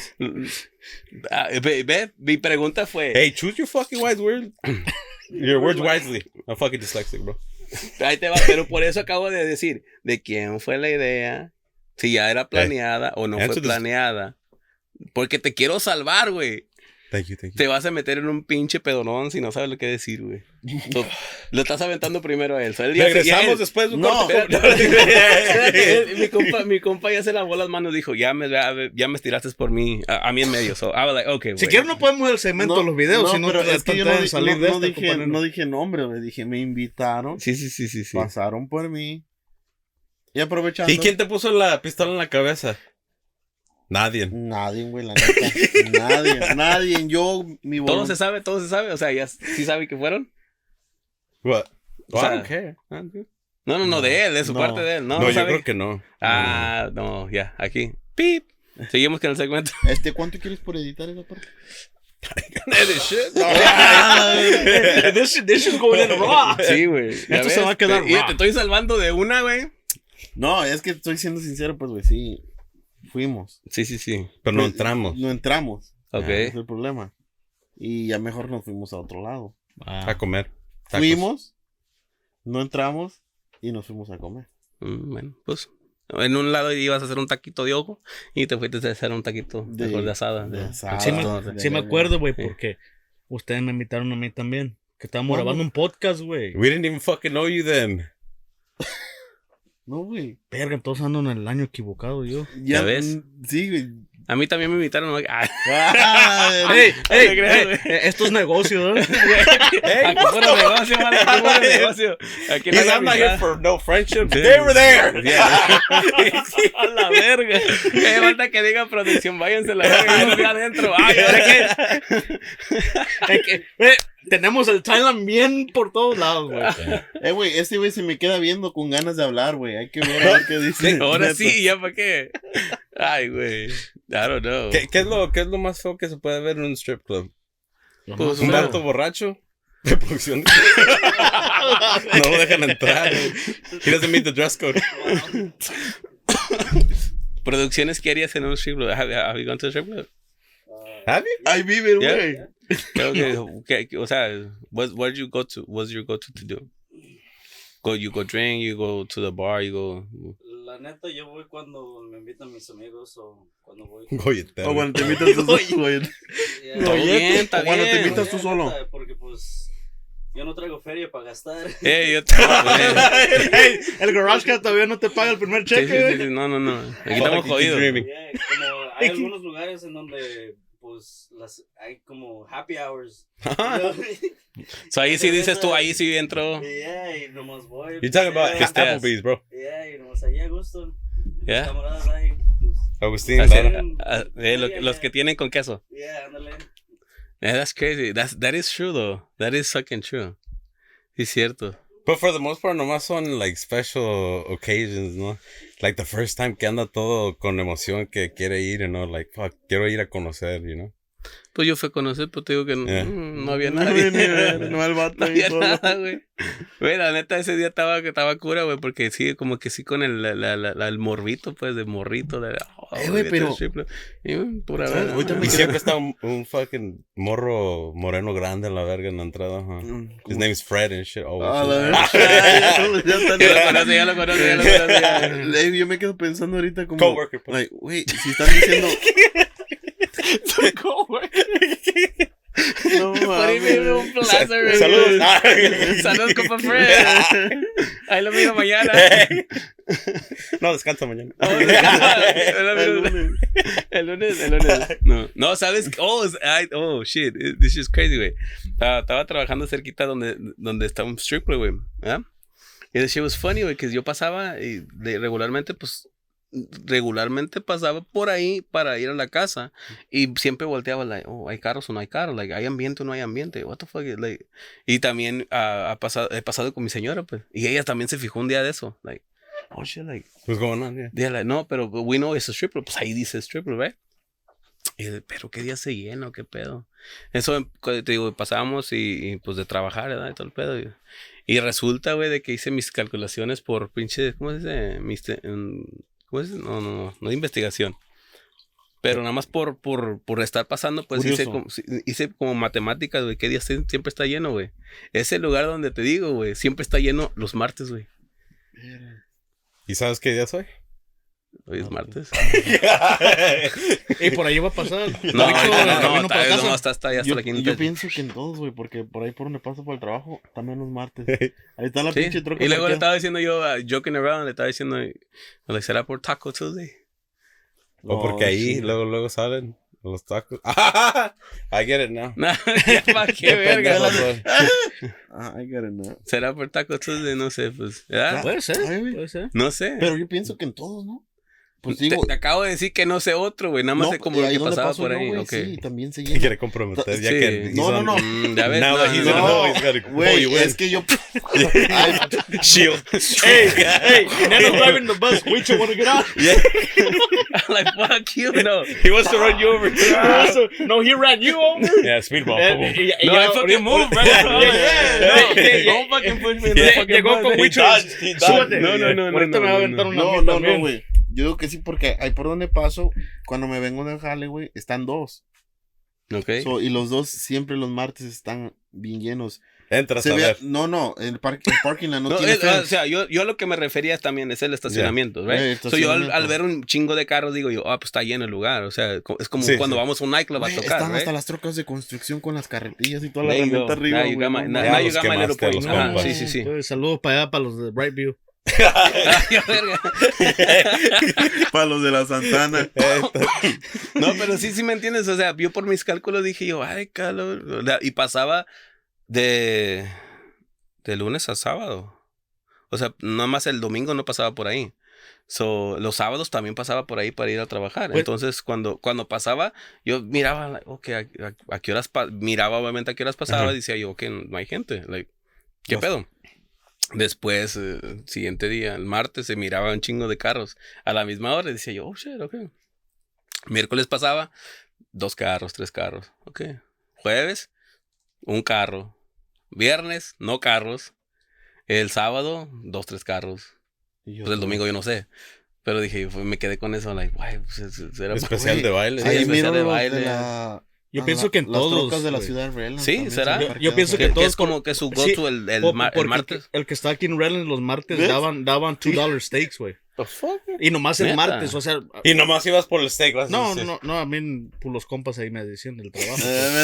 Mi pregunta fue, Hey, choose your fucking your words wisely. I'm fucking dyslexic, bro. ahí te va, pero por eso acabo de decir, ¿de quién fue la idea? Si ya era planeada o no fue answer this. planeada. Porque te quiero salvar, güey. Thank you. Te vas a meter en un pinche pedonón si no sabes lo que decir, güey. Lo estás aventando primero a él. O sea, él ya- Regresamos ya él- después de un No, corte. mi compa ya se lavó las manos, dijo, ya me estiraste por mí, a mí en medio. So, I was like, okay, Si güey. quieres no podemos el segmento de los videos, si no pero te es que yo de salir de esta, dije, compadre. no dije nombre, güey. Dije, me invitaron, Sí. pasaron por mí. Y aprovechando. ¿Y quién te puso la pistola en la cabeza? Nadie. Nadie, güey, la neta. Nadie. Yo, mi Todo se sabe. O sea, ya sí sabe que fueron. What? O sea, I don't care. No, de él, de su No. parte de él. No, No, yo sabe. creo que no. Ah, no, ya, aquí. Pip. Seguimos con el segmento. ¿Cuánto quieres por editar esa parte? This is going in raw. Sí, güey. Ya Esto se ves, va a quedar te raw. estoy salvando de una, güey. No, es que estoy siendo sincero, pues, güey, sí. Fuimos. Sí. Pero no Pues, entramos No entramos. Ok. Ese es el problema. Y ya mejor nos fuimos a otro lado. a comer. Tacos. Fuimos, no entramos y nos fuimos a comer. Bueno, pues. En un lado ibas a hacer un taquito de ojo y te fuiste a hacer un taquito de asada. de asada. Sí de- sí me acuerdo, güey, Sí. porque ustedes me invitaron a mí también. Que estábamos ¿Cuándo? grabando un podcast, güey. We didn't even fucking know you then. No, güey. Verga, todos ando en el año equivocado yo. ¿Ya ves? Sí, güey. A mí también me invitaron. ¿No? Ah, ¡Ey, ey, ey, esto es negocio, ¿no? aquí puro negocio, vale. Aquí puro negocio. Aquí no He's hay I'm not here amistad. for no friendship. They were there. A la verga. Que falta que diga producción, váyanse la verga. Yo no vi adentro. Ay, ahora qué. Tenemos el Thailand bien por todos lados, güey. Güey, este güey se me queda viendo con ganas de hablar, güey. Hay que ver a ver qué dice. Ahora Neta. sí, ¿ya para qué? Ay, güey. I don't know. ¿Qué es lo más feo que se puede ver en un strip club? Pues, Un una- vato borracho de producción. No lo dejan entrar. He doesn't meet the dress code. Producciones que harías en un strip club. Have you gone to a strip club? Have you? Ahí vive, Yeah. güey. Creo que, o sea, where'd you go to? What's your go-to to do? You go drink, you go to the bar, you go... La neta, yo voy cuando me invitan mis amigos o cuando voy. Goyetero. O cuando te invitas tú solo, güey. Yeah. Todo bien, está O cuando te bien. invitas tú solo. Neta, porque pues yo no traigo feria para gastar. Yo te... Hey, el Garage Cat todavía no te paga el primer Sí, cheque, sí, güey. sí, no. Aquí Fuck, estamos you keep jodidos. dreaming. Yeah, como hay algunos lugares en donde pues hay como happy hours. So ahí sí dices tú, ahí sí entro. Yeah, y nomás voy. You're talking about yeah, Applebee's, bro. yeah, y nomás ahí a gusto. Yeah. Camaradas ahí. Pues, Agustín, Así, Lara. los que tienen con queso. yeah, ándale. Yeah, that's crazy. That is true though. That is fucking true. Sí, es cierto. But for the most part, nomás son like special occasions, ¿no? Like the first time que anda todo con emoción que quiere ir, you know, like, fuck, quiero ir a conocer, you know? Pues yo fui a conocer, pues te digo que no, Yeah. no había No nadie. había ni ver, no el vato No ahí había solo. nada, güey. Güey, la neta, ese día estaba cura, güey, porque sí, como que sí con el morbito, pues, de morrito. Güey, pero- Pura ¿Sabes? verga. Ahorita me Y quedé- siempre está un fucking morro moreno grande en la verga en la entrada, huh? His name's Fred and shit. Oh, Ah, shit. la verdad. Ya está. Ya lo conoce. Yo me quedo pensando ahorita como... Coworker, pues. Like, güey, si están diciendo... No Un placer, güey. Saludos. Saludos, compa Fred. Ahí lo miro mañana. No, descansa mañana. El lunes. No, ¿sabes? Oh, shit. This is crazy, güey. Estaba trabajando cerquita donde está un strip club, güey. ¿Ah? Y the shit was funny, güey, que yo pasaba y regularmente pasaba por ahí para ir a la casa y siempre volteaba, like, oh, ¿hay carros o no hay carros? Like, ¿hay ambiente o no hay ambiente? What the fuck? Like, y también he pasado con mi señora, pues, y ella también se fijó un día de eso, like, oh, shit, like, What's going on, yeah? yeah, like, no, pero we know it's a strip club, pues ahí dice strip club, right? Y, pero qué día se llena, qué pedo. Eso, te digo, pasábamos y pues de trabajar, ¿verdad? Y todo el pedo. Y resulta, güey, de que hice mis calculaciones por pinche, ¿cómo se dice? ¿Cómo es? No de investigación. Pero nada más por estar pasando, pues hice como matemáticas, güey, qué día siempre está lleno, güey. Ese lugar donde te digo, güey, siempre está lleno los martes, güey. ¿Y sabes qué día soy? Hoy es martes. Y por ahí va a pasar. No, Camino para casa. está ya hasta la quinta. Yo pienso que en todos, güey, porque por ahí por donde paso por el trabajo, también los martes. Ahí está la Sí. pinche troca. Y luego le parqueada. estaba diciendo yo, joking around, le estaba diciendo, ¿será por Taco Tuesday? O porque No, ahí sí. luego salen los tacos. I get it now. No, ya pa' qué verga. Ah, I got it now. ¿Será por Taco Tuesday? No sé, pues. ¿verdad? Puede ser, Ay, güey. puede ser. No sé. Pero yo pienso que en todos, ¿no? Pues te, digo... te acabo de decir que no sé otro, güey. Nada más sé como lo ahí que donde pasaba paso por yo, ahí. güey, Okay. Sí, también se He llena. quiere comprometer. Ya Sí. que he's No, on- no. Ya ves, Now no, that he's no, on the no. hoe, he's gotta pull Güey, you in. es que yo... Shield. Hey, Nene's driving the bus. Wicho wanna get out. Like, fuck you, no. He wants to run you over. No, he ran you over. Yeah, speedball. No, I fucking move, bro. Don't fucking push me in the fucking Llegó bus. con Wicho. Súbete. No, Ahorita me va a aventar una No, mí no, también. no, güey. Yo digo que sí, porque ahí por donde paso, cuando me vengo del jale, güey, están dos. Ok. Y los dos siempre los martes están bien llenos. Entras Se a ve, ver. no, el parking lot no, No, tiene o fence. sea, yo a lo que me refería también es el estacionamiento, Yeah. right? El So yo al estacionamiento. ver un chingo de carros digo yo, pues está lleno el lugar, o sea, es como Sí, cuando sí. vamos a un nightclub a Güey, tocar, están right? hasta las trocas de construcción con las carretillas y toda la There you go. herramienta arriba, Now you güey. got my- no now mames. you got my little quemaste a los point. Ajá, compas. sí, sí. Entonces, saludos para allá, para los de Brightview. Ay, verga. Para los de la Santana. No, pero sí me entiendes, o sea, yo por mis cálculos dije yo, ay, calor, y pasaba de lunes a sábado. O sea, nada más el domingo no pasaba por ahí. So, los sábados también pasaba por ahí para ir a trabajar. Pues- Entonces, cuando pasaba, yo miraba, like, okay, a qué horas miraba obviamente a qué horas pasaba, Ajá. decía yo que no hay gente, like, ¿qué No. pedo? Después, siguiente día, el martes, se miraba un chingo de carros a la misma hora, y decía yo, oh shit, ok. Miércoles pasaba, 2 carros, 3 carros, ok. Jueves, 1 carro. Viernes, no carros. El sábado, 2, 3 carros. Y yo Pues el todo. domingo yo no sé. Pero dije, me quedé con eso, like, guay, pues era Especial Güey, de baile. Sí, Ahí especial miro de los baile. Yo pienso que en las todos, trocas de la güey. ciudad de Redlands Sí, también ¿será? están Yo pienso que, que todos es como que su sí, go-to el Porque martes. el que está aquí en Redlands los martes ¿Ves? daban $2 steaks, güey. The fuck? Y nomás el ¿Neta? martes, o sea... Y nomás ibas por el steak. vas a No, decir. no, a mí pues, los compas ahí me decían del trabajo.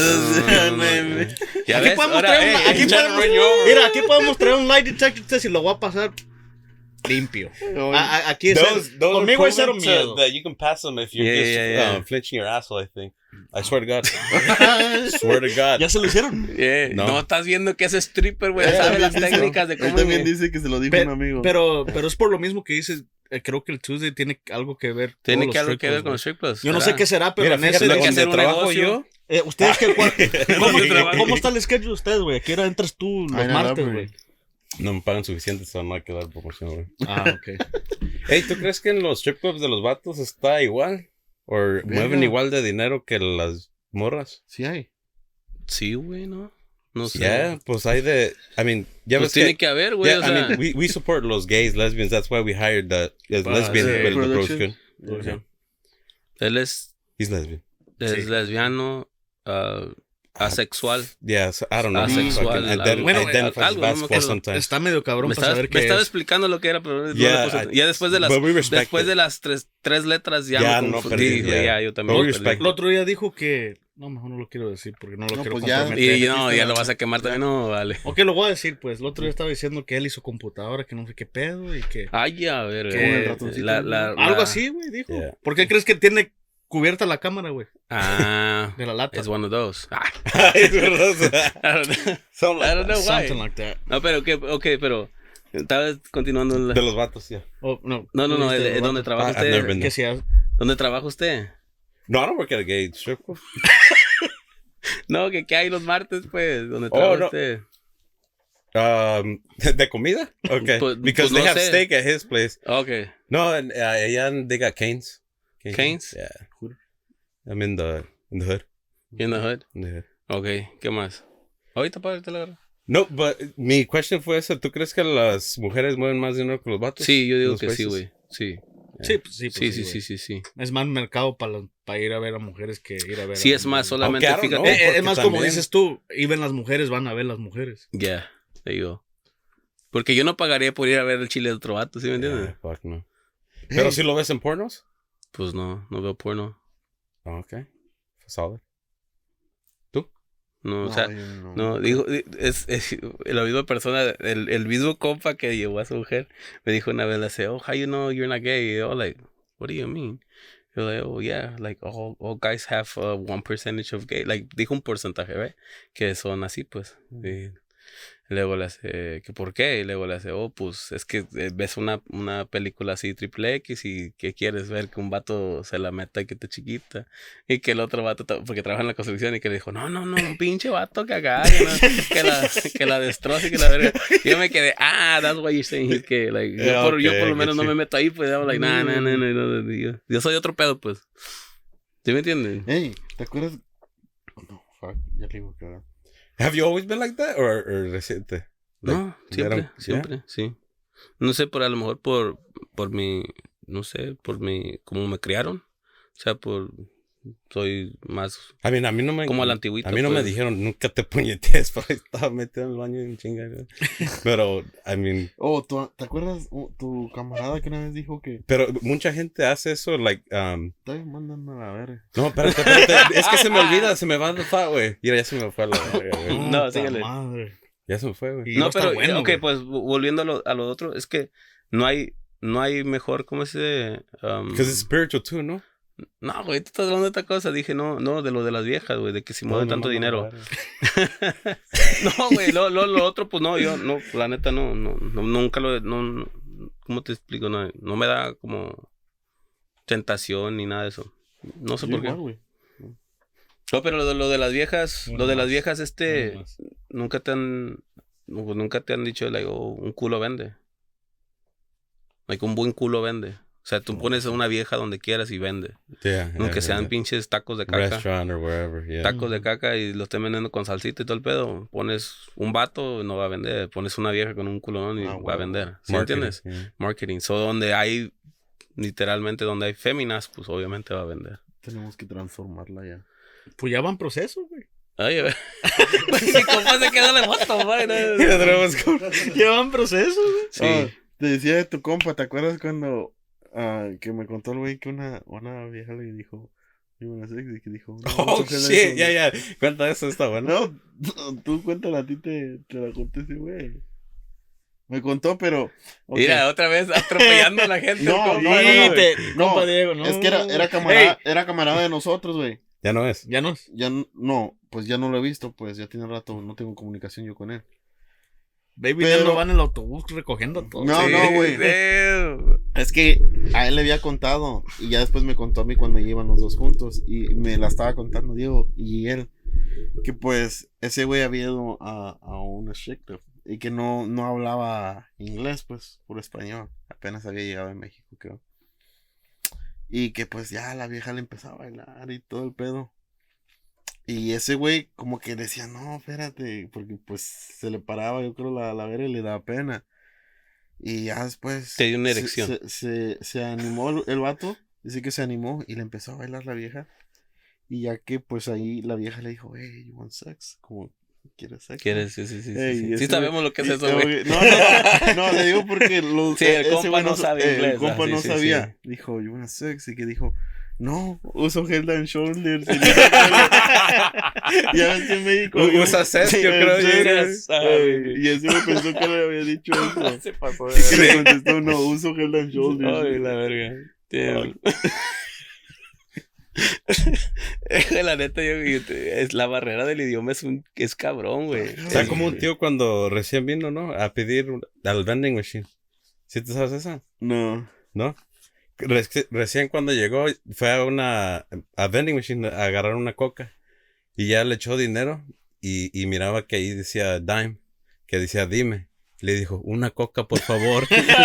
Ya Aquí ves, podemos ahora, traer un- aquí ya podemos- Mira, aquí podemos traer un light detector test y lo voy a pasar limpio. Aquí es Those are conmigo es cero proven miedo. that you can pass them if you're Yeah, just yeah. flinching your asshole, I think. I swear to God. Swear to God. ¿Ya se lo hicieron? No. No. Estás viendo que es stripper, güey. Él Sabe también las dice- técnicas de él cómo. también dice que se lo dijo un amigo. Pero es por lo mismo que dices, creo que el Tuesday tiene algo que ver. Tiene todos que los algo que ver strip con los clubs, strip clubs. güey. Yo no sé ¿será? qué será, pero Mira, en fíjate, ese... hay que donde hacer un trabajo negocio. yo, ¿Ustedes qué? ¿Dónde trabajan? ¿Cómo está el schedule de ustedes, güey? ¿A qué hora entras tú los Ay, no, martes, no, güey? no me pagan suficiente, so no hay que dar promoción, güey. Ah, ok. Hey, ¿tú crees que en los strip clubs de los vatos está igual? ¿O mueven igual de dinero que las morras? Sí hay. Sí, güey, ¿no? No sé. Yeah, pues hay de... I mean, ya Pues ves tiene que haber, güey. Yeah, O sea, I mean, we support los gays, lesbians. That's why we hired the lesbian. sí. the Production. production. él es He's lesbian. Sí. lesbiano, asexual. Yeah, so I don't know. Asexual, Fucking algo. Bueno, identifies algo, no me as acuerdo. sometimes. Está medio cabrón Me para estaba, saber me qué estaba es. explicando lo que era, pero no Yeah, le puse- ya después de las but we respect después it. de las tres letras ya Ya me no confundí, perdí, güey, ya. ya yo también. But we me perdí. respect El otro día dijo que... No, mejor no lo quiero decir porque no lo No, quiero pues ya- comprometer. Y no, ya lo vas a quemar también, no, vale. Ok, lo voy a decir, pues. El otro día estaba diciendo que él hizo computadora, que no sé qué pedo y que... Ay, a ver, Con el ratoncito, Algo así, güey, dijo. Yeah. ¿Por qué crees que tiene cubierta la cámara, güey? Ah, De la lata. es one of those. Ah, Es verdad. I don't know. I don't know why. Something like that. No, pero okay, pero estaba continuando en la... De los vatos, yeah. Oh, no. No, ¿Viste? ¿dónde trabaja I've never usted? been Que si has- ¿Dónde trabaja usted? No, I don't work at a gay strip club. No, que hay los martes, pues, ¿dónde Oh, trabaja no. usted? ¿De comida? Okay. Pues- Because pues they no have sé. steak at his place. Okay. No, and allá they got canes. Canes? Yeah. I'm in the hood. In the hood. In the hood. Okay, ¿qué más? Ahorita para te la agarro. No, but mi question fue esa. ¿Tú crees que las mujeres mueven más dinero que los vatos? Sí, yo digo Los que sí, países. güey. Sí. Sí, pues, sí, pues, Sí, güey. sí. Es más mercado para ir a ver a mujeres que ir a ver Sí, a es más hombres. solamente, Aunque, I don't fíjate. know. Es porque más como también- dices tú, y ven las mujeres, van a ver las mujeres. Yeah, te digo. Porque yo no pagaría por ir a ver el chile de otro vato, ¿sí me entiendes? Yeah, fuck no. ¿Pero si lo ves en pornos? Pues no veo porno. Oh, okay. Solid. No, o sea, yo no, digo, es la misma persona, el mismo compa que llevó a su mujer, me dijo una vez, le dice, oh, how you know you're not gay? Y yo, like, what do you mean? Yo, like, oh, yeah, like, all guys have 1% of gay, like, dijo un porcentaje, right? Que son así, pues. Y luego le hace, ¿que por qué? Y luego le hace, oh, pues, es que ves una película así triple X y que quieres ver que un vato se la meta y que te chiquita. Y que el otro vato, porque trabaja en la construcción y que le dijo, no, un pinche vato que acá, que la destroce y que la verga. Y yo me quedé, that's what you're saying. Es que, like, yo por lo menos no me meto ahí, pues, I'm like, no, yo soy otro pedo, pues. ¿Sí me entienden? Hey, ¿te acuerdas? Oh, no, fuck, ya le digo que ahora. Have you always been like that? Or reciente? No, Like, siempre, sí. No sé, a lo mejor por mi, no sé, como me criaron. O sea, soy más I mean, a mí no me... como a la antigüita. A mí no me pues. dijeron, nunca te puñetes, pero estaba metido en el baño en chinga. güey. Pero, I mean... Oh, ¿te acuerdas? Tu camarada que una vez dijo que... Pero mucha gente hace eso, like... Estoy mandando a la verga. No, espérate. Es que se me olvida, se me va a thought, güey. Mira, ya se me fue a la verga, güey. No, Puta síguele. madre. Ya se me fue, güey. Y No, está pero, bueno, ok, güey. pues volviendo a lo otro, es que no hay mejor, ¿cómo se Because it's spiritual too, ¿no? No, güey, tú estás hablando de esta cosa. Dije, no, de lo de las viejas, güey, de que si mueven tanto dinero. No, güey, lo otro, pues no, yo, no, la neta, no, nunca ¿cómo te explico? No me da como tentación ni nada de eso. No sé por qué. Igual, güey. No, pero lo de las viejas, Uno lo de las más. viejas, Uno más. nunca te han dicho, like, oh, un culo vende. Like, un buen culo vende. O sea, tú pones a una vieja donde quieras y vende. Yeah, Aunque sean yeah. pinches tacos de caca. Restaurant or wherever, yeah. Tacos de caca y los estén vendiendo con salsita y todo el pedo. Pones un vato, no va a vender. Pones una vieja con un culonón y va a bueno. vender. ¿Sí Marketing, entiendes? yeah. Marketing. So, donde hay, literalmente, donde hay féminas, pues obviamente va a vender. Tenemos que transformarla ya. Pues ya va en proceso, güey. Ay, a ver. Mi compa se quedó de moto, güey. Ya va en proceso, güey. Sí. Te decía de tu compa, ¿te acuerdas cuando que me contó el güey que una vieja le dijo, y una sexy que dijo, no, Oh, mucho gel shit, en ya. Cuenta eso, está bueno. No, tú cuéntala, a ti te la conté ese güey. Me contó, pero... ok. Mira, otra vez atropellando a la gente. No, compa. no, no, no. Compa Diego, no. Es que era camarada de nosotros, güey. Ya no es. Ya no. Pues ya no lo he visto, pues ya tiene rato, no tengo comunicación yo con él. Baby, Pero- ya no van en el autobús recogiendo todo. No, Sí, no, güey. sí. Es que a él le había contado y ya después me contó a mí cuando iban los dos juntos y me la estaba contando Diego y él que pues ese güey había ido a un strip club y que no hablaba inglés, pues puro español, apenas había llegado de México, creo, y que pues ya la vieja le empezaba a bailar y todo el pedo y ese güey como que decía no, espérate, porque pues se le paraba yo creo la vera y le daba pena. Y ya después... Te dio una erección. Se animó el vato. Dice que se animó y le empezó a bailar la vieja. Y ya que pues ahí la vieja le dijo, hey, you want sex? Como, ¿quieres sexo? ¿Quieres? Sí. Ey, Sí ese sabemos lo que es y- eso, güey. No, le digo porque Sí, el ese compa güey no sabe inglés, El compa sí, no sí, sabía. Dijo, you want sex? Y que dijo, no, uso Head and Shoulders. Ya ves que en México... Usa Cess, yo creo. Cess. Y ese me pensó que le había dicho eso. Se pasó. Y que le contestó, no, uso Head and Shoulders. Ay, la verga. Tío. La neta, es la barrera del idioma es cabrón, güey. Está como un tío cuando recién vino, ¿no? A pedir al vending machine. ¿Sí te sabes esa? No. ¿No? Recién cuando llegó fue a vending machine a agarrar una coca y ya le echó dinero y miraba que ahí decía dime, que decía dime. Le dijo, una coca por favor.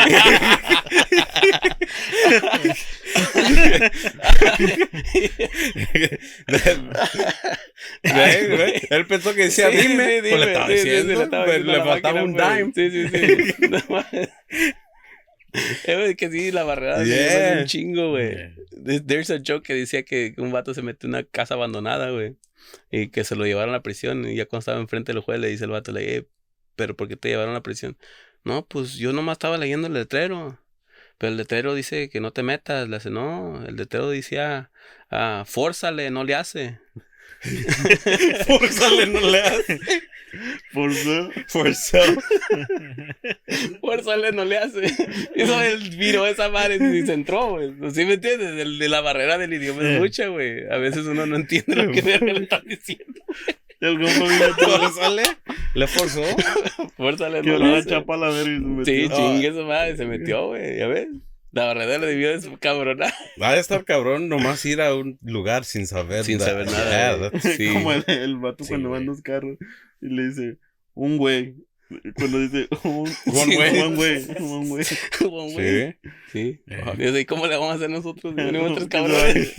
Él pensó que decía Sí, dime, sí, pues le estaba diciendo, le estaba pues, diciendo le a la faltaba máquina, un pues. dime. Sí. No mames. Que sí, la barrera del idioma es un chingo, güey. There's a joke que decía que un vato se metió en una casa abandonada, güey. Y que se lo llevaron a la prisión. Y ya cuando estaba enfrente del juez le dice el vato, pero ¿por qué te llevaron a la prisión? No, pues yo nomás estaba leyendo el letrero. Pero el letrero dice que no te metas. Le hace, no, el letrero decía, fórzale, no le hace. Fórzale, no le hace. Fórzale, no le hace. Eso él viró esa madre y se entró, güey. ¿Sí me entiendes? De la barrera del idioma es mucha, güey. A veces uno no entiende lo que le están diciendo. El compa vino todo. Le forzó. Fórzale, Que no le le da hace. chapa a la verga y se metió. Sí, chingue esa madre, se metió, güey. Ya ves. La barrera le debió de su cabrona. Va a estar cabrón nomás ir a un lugar sin saber Sin saber nada, Yeah, güey. that's- Sí. Como el vato Sí, cuando van güey. los carros y le dice, un güey. Cuando dice, un One way. one way. Como, güey. Sí. Sí. Dios, ¿y cómo le vamos a hacer nosotros? Venimos tres cabrones.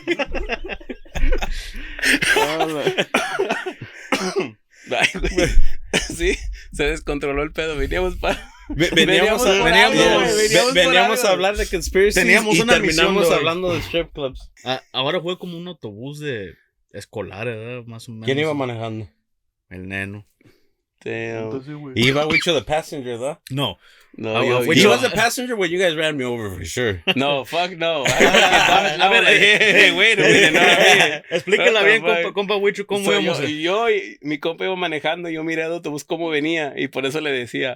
Ay, güey. Sí, se descontroló el pedo. Veníamos para. Veníamos a, por veníamos, algo, güey, veníamos por veníamos a algo. hablar de conspiracies Teníamos y una terminamos misión de hoy. hablando de strip clubs. Ahora fue como un autobús de escolar, ¿verdad? Más o menos. ¿Quién iba manejando? El neno. Entonces, güey. Iba Wicho the passenger, ¿verdad? No. No, yo, He yo- was the passenger when you guys ran me over for sure. No, fuck no. A ver, wait a minute, no, mire. Explíquela bien, What the fuck? compa Wicho, cómo So, íbamos. yo y mi compa iba manejando, yo miré al autobús cómo venía y por eso le decía,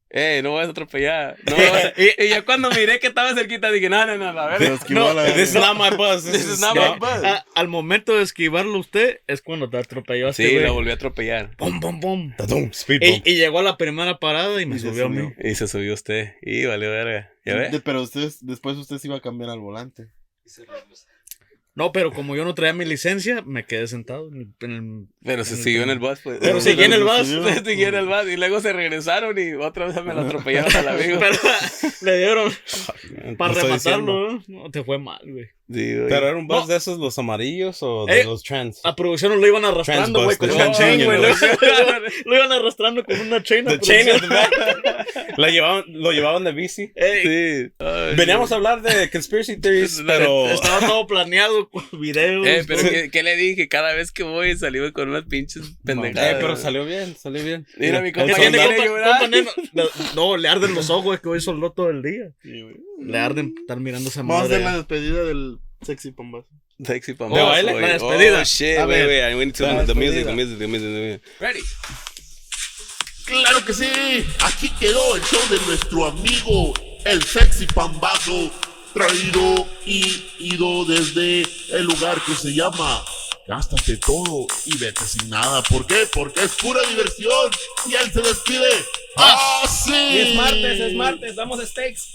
No vas a atropellar. No me vas a... Y ya cuando miré que estaba cerquita, dije, no, a ver. This is not my bus. This is not my bus. Al momento de esquivarlo usted, es cuando te atropelló a este Sí, güey. lo volví a atropellar. Pum, pum, pum. Tadum, speed bump. Y llegó a la primera parada y me subió a mí. Y se subió usted. Y valió verga. ¿Ya ves? Pero después usted se iba a cambiar al volante. No, pero como yo no traía mi licencia, me quedé sentado Pero se siguió en el bus, pues. Pero seguí en el bus. Se siguió en el bus. Y luego se regresaron y otra vez me lo atropellaron al amigo. Pero le dieron para Te estoy rematarlo, ¿no? No, te fue mal, güey. Sí, güey. ¿Pero era un bus de esos, los amarillos o de los trans? A producción lo iban arrastrando, güey, con Transbus, una chain, güey. Transbus. Lo iban arrastrando con una chain. The chain at the back. Lo llevaban de bici. Sí. Ay, Veníamos a hablar de conspiracy theories, pero... Estaba todo planeado con videos. pero ¿qué le dije? Cada vez que voy salimos con unas pinches pendejadas. pero salió bien, salió bien. Mira, mi ¿Qué compa tiene, quiere llorar. No, le arden los ojos, que hoy soló todo el día. Le arden estar mirando esa Vamos a hacer madre. la despedida del Sexy Pambazo. Sexy ¿De Pambazo, baile? güey. La despedida. Oh, shit, A ver. wait. I went to La the music. despedida. Ready. Claro que sí, aquí quedó el show de nuestro amigo, el Sexy Pambazo, traído y ido desde el lugar que se llama Gástate Todo y Vete Sin Nada. ¿Por qué? Porque es pura diversión y él se despide así. Es martes, damos steaks.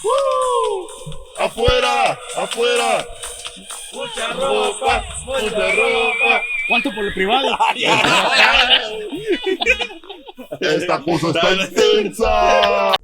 ¡Afuera! ¡Afuera! Mucha ropa. ¿Cuánto por el privado? Esta cosa está intensa.